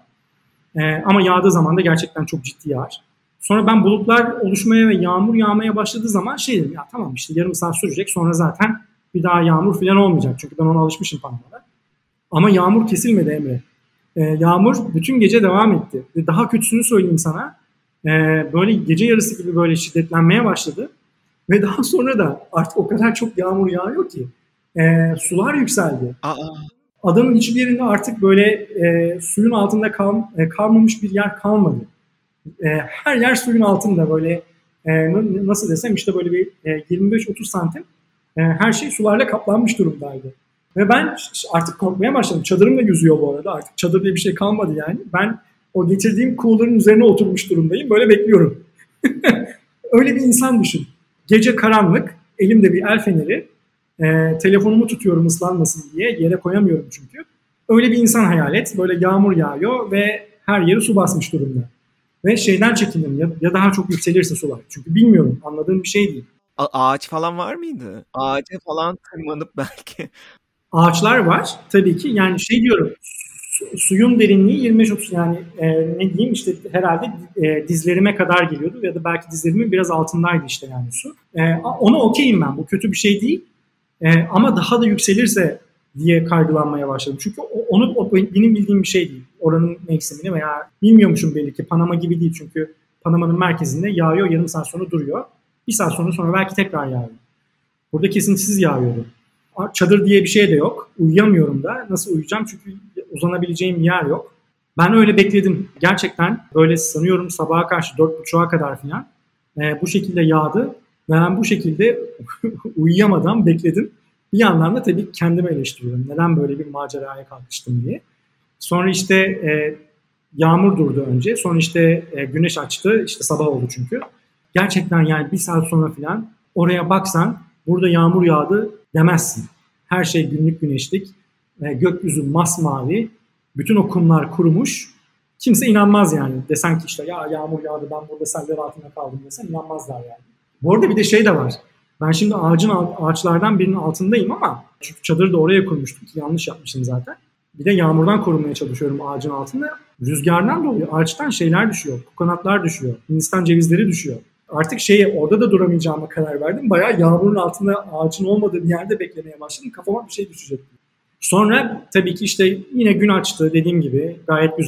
Ama yağdığı zaman da gerçekten çok ciddi yağar. Sonra ben bulutlar oluşmaya ve yağmur yağmaya başladığı zaman şey dedim, ya tamam işte yarım saat sürecek, sonra zaten bir daha yağmur falan olmayacak. Çünkü ben ona alışmışım Panama'da. Ama yağmur kesilmedi Emre. Yağmur bütün gece devam etti. Ve daha kötüsünü söyleyeyim sana. Böyle gece yarısı gibi böyle şiddetlenmeye başladı. Ve daha sonra da artık o kadar çok yağmur yağıyor ki sular yükseldi. Adanın hiçbir yerinde artık böyle suyun altında kalmamış bir yer kalmadı. Her yer suyun altında, böyle nasıl desem işte böyle bir 25-30 santim her şey sularla kaplanmış durumdaydı. Ve ben artık korkmaya başladım. Çadırım da yüzüyor bu arada. Artık çadır diye bir şey kalmadı yani. Ben o getirdiğim cooler'ın üzerine oturmuş durumdayım. Böyle bekliyorum. Öyle bir insan düşün. Gece karanlık, elimde bir el feneri. Telefonumu tutuyorum ıslanmasın diye. Yere koyamıyorum çünkü. Öyle bir insan hayal et. Böyle yağmur yağıyor ve her yeri su basmış durumda. Ve şeyden çekindim, ya daha çok yükselirse sular. Çünkü bilmiyorum, anladığım bir şey değil. Ağaç falan var mıydı? Ağaca falan tırmanıp belki. Ağaçlar var tabii ki. Yani şey diyorum, suyun derinliği 25-30, yani ne diyeyim işte herhalde dizlerime kadar geliyordu ya da belki dizlerimin biraz altındaydı işte yani su. Ona okeyim ben, bu kötü bir şey değil. Ama daha da yükselirse diye kaygılanmaya başladım. Çünkü o benim bildiğim bir şey değil. Oranın mevsimini veya bilmiyormuşum belli ki. Panama gibi değil, çünkü Panama'nın merkezinde yağıyor, yarım saat sonra duruyor. Bir saat sonra belki tekrar yağıyor. Burada kesintisiz yağıyordu. Çadır diye bir şey de yok. Uyuyamıyorum da. Nasıl uyuyacağım? Çünkü uzanabileceğim bir yer yok. Ben öyle bekledim. Gerçekten böyle sanıyorum sabaha karşı 4.30'a kadar falan bu şekilde yağdı. Ve ben bu şekilde uyuyamadan bekledim. Bir yandan da tabii kendimi eleştiriyorum. Neden böyle bir maceraya kalkıştım diye. Sonra işte yağmur durdu önce. Sonra işte güneş açtı. İşte sabah oldu çünkü. Gerçekten yani bir saat sonra falan oraya baksan burada yağmur yağdı demezsin. Her şey günlük güneşlik. Gökyüzü masmavi. Bütün o kumlar kurumuş. Kimse inanmaz yani. Desen ki işte ya yağmur yağdı, ben burada seller altında kaldım desen inanmazlar yani. Bu arada bir de şey de var. Ben şimdi ağaçlardan birinin altındayım ama çünkü çadırı da oraya kurmuştum ki yanlış yapmışım zaten. Bir de yağmurdan korunmaya çalışıyorum ağacın altında. Rüzgardan dolayı ağaçtan şeyler düşüyor. Kokonatlar düşüyor. Hindistan cevizleri düşüyor. Artık orada da duramayacağıma karar verdim. Bayağı yağmurun altında ağacın olmadığı bir yerde beklemeye başladım. Kafama bir şey düşecek. Sonra tabii ki işte yine gün açtı dediğim gibi, gayet güzel.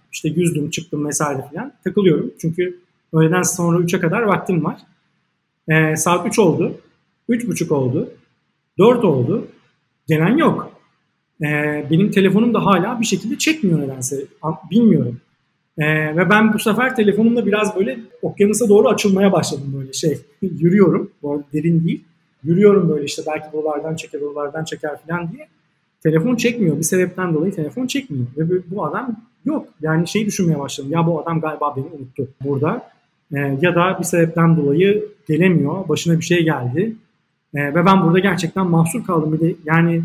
İşte yüzdüm, çıktım vesaire filan. Takılıyorum. Çünkü öğleden sonra 3'e kadar vaktim var. Saat 3 oldu. 3.30 oldu. 4 oldu. Gelen yok. Benim telefonum da hala bir şekilde çekmiyor nedense. Bilmiyorum. Ve ben bu sefer telefonumla biraz böyle okyanusa doğru açılmaya başladım böyle yürüyorum. Bu arada derin değil. Yürüyorum böyle işte belki buralardan çeker falan diye. Telefon çekmiyor. Bir sebepten dolayı telefon çekmiyor. Ve bu adam yok. Yani düşünmeye başladım. Ya bu adam galiba beni unuttu burada. Ya da bir sebepten dolayı gelemiyor. Başına bir şey geldi. Ve ben burada gerçekten mahsur kaldım. Bir de yani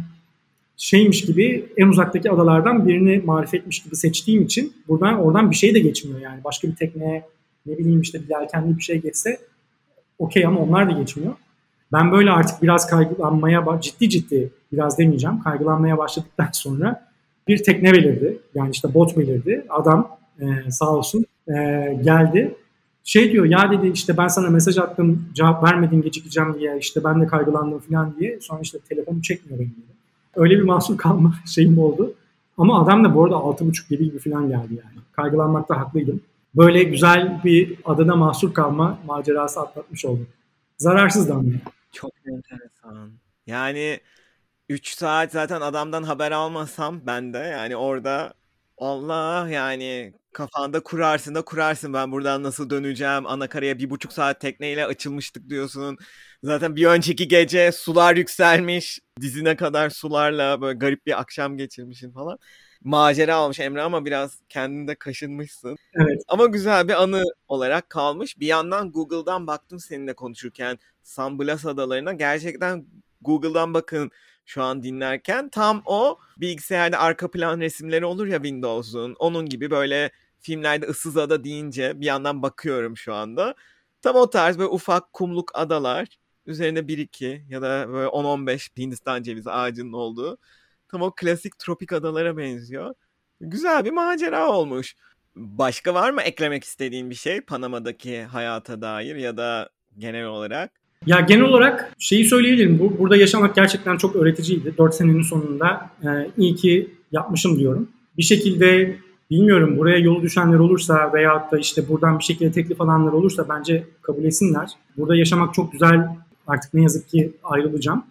gibi en uzaktaki adalardan birini marifetmiş gibi seçtiğim için oradan bir şey de geçmiyor yani. Başka bir tekneye ne bileyim işte bir yelkenli bir şey geçse okey ama onlar da geçmiyor. Ben böyle artık biraz kaygılanmaya ciddi biraz demeyeceğim kaygılanmaya başladıktan sonra bir tekne belirdi. Yani işte bot belirdi. Adam sağ olsun geldi. Diyor ya dedi işte ben sana mesaj attım cevap vermedin gecikeceğim diye işte ben de kaygılandım falan diye. Sonra işte telefonu çekmiyor benim dedi. Öyle bir mahsur kalma şeyim oldu. Ama adam da bu arada 6.30-7 gibi falan geldi yani. Kaygılanmakta haklıydım. Böyle güzel bir adada mahsur kalma macerası atlatmış oldum. Zararsız da ama. Çok enteresan. Yani 3 saat zaten adamdan haber almasam ben de yani orada Allah yani kafanda kurarsın ben buradan nasıl döneceğim anakaraya 1,5 saat tekneyle açılmıştık diyorsun. Zaten bir önceki gece sular yükselmiş dizine kadar sularla böyle garip bir akşam geçirmişsin falan. Macera almış Emre ama biraz kendinde kaşınmışsın. Evet. Ama güzel bir anı olarak kalmış. Bir yandan Google'dan baktım seninle konuşurken San Blas adalarına. Gerçekten Google'dan bakın şu an dinlerken tam o bilgisayarda arka plan resimleri olur ya Windows'un. Onun gibi böyle filmlerde ıssız ada deyince bir yandan bakıyorum şu anda. Tam o tarz böyle ufak kumluk adalar. Üzerinde 1-2 ya da böyle 10-15 Hindistan cevizi ağacının olduğu. Tam o klasik tropik adalara benziyor. Güzel bir macera olmuş. Başka var mı eklemek istediğin bir şey Panama'daki hayata dair ya da genel olarak? Ya genel olarak söyleyebilirim. Burada yaşamak gerçekten çok öğreticiydi. 4 senenin sonunda iyi ki yapmışım diyorum. Bir şekilde bilmiyorum buraya yolu düşenler olursa veyahut da işte buradan bir şekilde teklif alanlar olursa bence kabul etsinler. Burada yaşamak çok güzel. Artık ne yazık ki ayrılacağım.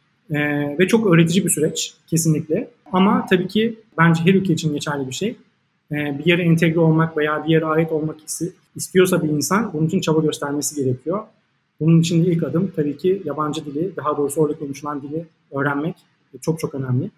Ve çok öğretici bir süreç kesinlikle. Ama tabii ki bence her ülke için geçerli bir şey. Bir yere entegre olmak veya bir yere ait olmak istiyorsa bir insan bunun için çaba göstermesi gerekiyor. Bunun için de ilk adım tabii ki yabancı dili, daha doğrusu orada konuşulan dili öğrenmek çok çok önemli.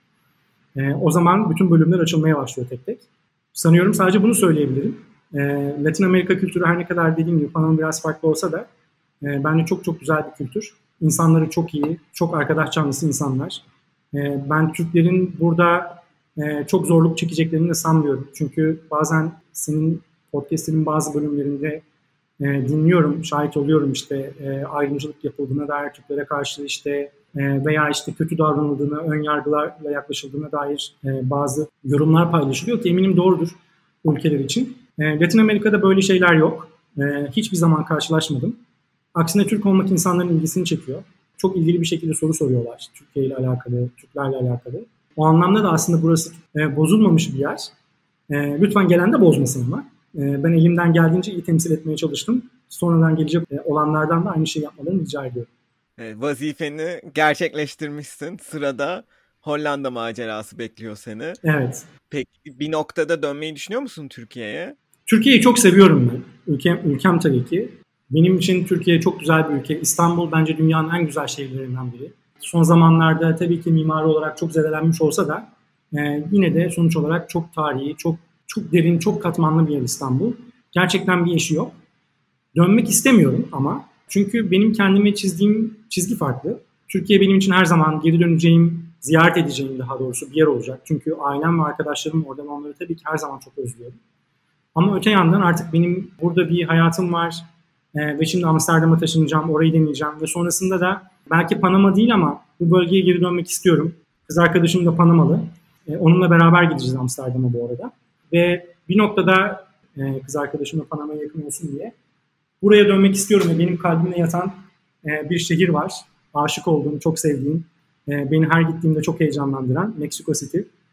O zaman bütün bölümler açılmaya başlıyor tek tek. Sanıyorum sadece bunu söyleyebilirim. Latin Amerika kültürü her ne kadar dediğim gibi Panama biraz farklı olsa da bence çok çok güzel bir kültür. İnsanları çok iyi, çok arkadaş canlısı insanlar. Ben Türklerin burada çok zorluk çekeceklerini de sanmıyorum. Çünkü bazen senin podcast'inin bazı bölümlerinde dinliyorum, şahit oluyorum işte ayrımcılık yapıldığına dair Türklere karşı işte veya işte kötü davranıldığına, ön yargılarla yaklaşıldığına dair bazı yorumlar paylaşılıyor ki eminim doğrudur ülkeler için. Latin Amerika'da böyle şeyler yok. Hiçbir zaman karşılaşmadım. Aksine Türk olmak insanların ilgisini çekiyor. Çok ilgili bir şekilde soru soruyorlar Türkiye ile alakalı, Türklerle alakalı. O anlamda da aslında burası bozulmamış bir yer. Lütfen gelen de bozmasın ama. Ben elimden geldiğince iyi temsil etmeye çalıştım. Sonradan gelecek olanlardan da aynı şey yapmalarını rica ediyorum. Vazifeni gerçekleştirmişsin. Sırada Hollanda macerası bekliyor seni. Evet. Peki bir noktada dönmeyi düşünüyor musun Türkiye'ye? Türkiye'yi çok seviyorum ben. Ülkem tabii ki. Benim için Türkiye çok güzel bir ülke. İstanbul bence dünyanın en güzel şehirlerinden biri. Son zamanlarda tabii ki mimari olarak çok zedelenmiş olsa da yine de sonuç olarak çok tarihi, çok derin, çok katmanlı bir yer İstanbul. Gerçekten bir eşi yok. Dönmek istemiyorum ama çünkü benim kendime çizdiğim çizgi farklı. Türkiye benim için her zaman geri döneceğim, ziyaret edeceğim daha doğrusu bir yer olacak. Çünkü ailem ve arkadaşlarım oradan onları tabii ki her zaman çok özlüyorum. Ama öte yandan artık benim burada bir hayatım var ve şimdi Amsterdam'a taşınacağım, orayı deneyeceğim ve sonrasında da belki Panama değil ama bu bölgeye geri dönmek istiyorum. Kız arkadaşım da Panamalı. Onunla beraber gideceğiz Amsterdam'a bu arada. Ve bir noktada kız arkadaşımla Panama'ya yakın olsun diye buraya dönmek istiyorum ve benim kalbimde yatan bir şehir var. Aşık olduğum, çok sevdiğim, beni her gittiğimde çok heyecanlandıran Mexico City.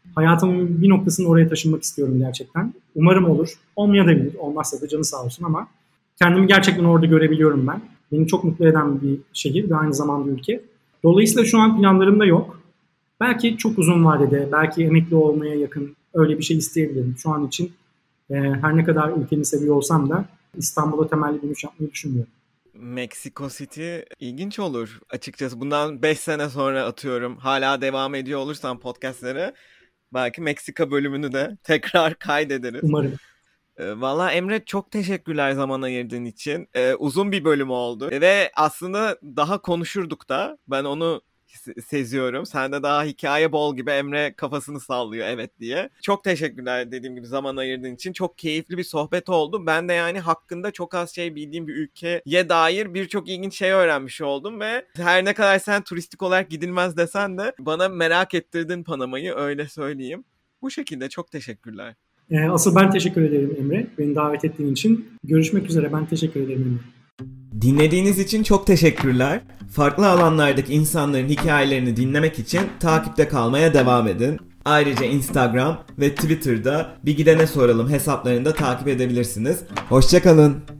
Hayatımın bir noktasını oraya taşınmak istiyorum gerçekten. Umarım olur. Olmayabilir. Olmazsa da canı sağ olsun ama kendimi gerçekten orada görebiliyorum ben. Beni çok mutlu eden bir şehir ve aynı zamanda ülke. Dolayısıyla şu an planlarımda yok. Belki çok uzun vadede, belki emekli olmaya yakın öyle bir şey isteyebilirim. Şu an için her ne kadar ülkemi seviyor olsam da İstanbul'a temelli dönüş yapmayı düşünmüyorum. Mexico City ilginç olur açıkçası. Bundan 5 sene sonra atıyorum hala devam ediyor olursam podcastlere belki Meksika bölümünü de tekrar kaydederiz. Umarım. Valla Emre çok teşekkürler zaman ayırdığın için. Uzun bir bölüm oldu ve aslında daha konuşurduk da ben onu seziyorum. Sen de daha hikaye bol gibi Emre kafasını sallıyor evet diye. Çok teşekkürler dediğim gibi zaman ayırdığın için. Çok keyifli bir sohbet oldu. Ben de yani hakkında çok az şey bildiğim bir ülkeye dair birçok ilginç şey öğrenmiş oldum ve her ne kadar sen turistik olarak gidilmez desen de bana merak ettirdin Panama'yı öyle söyleyeyim. Bu şekilde çok teşekkürler. Asıl ben teşekkür ederim Emre. Beni davet ettiğin için. Görüşmek üzere. Ben teşekkür ederim Emre. Dinlediğiniz için çok teşekkürler. Farklı alanlardaki insanların hikayelerini dinlemek için takipte kalmaya devam edin. Ayrıca Instagram ve Twitter'da Bir Gidene Soralım hesaplarını da takip edebilirsiniz. Hoşça kalın.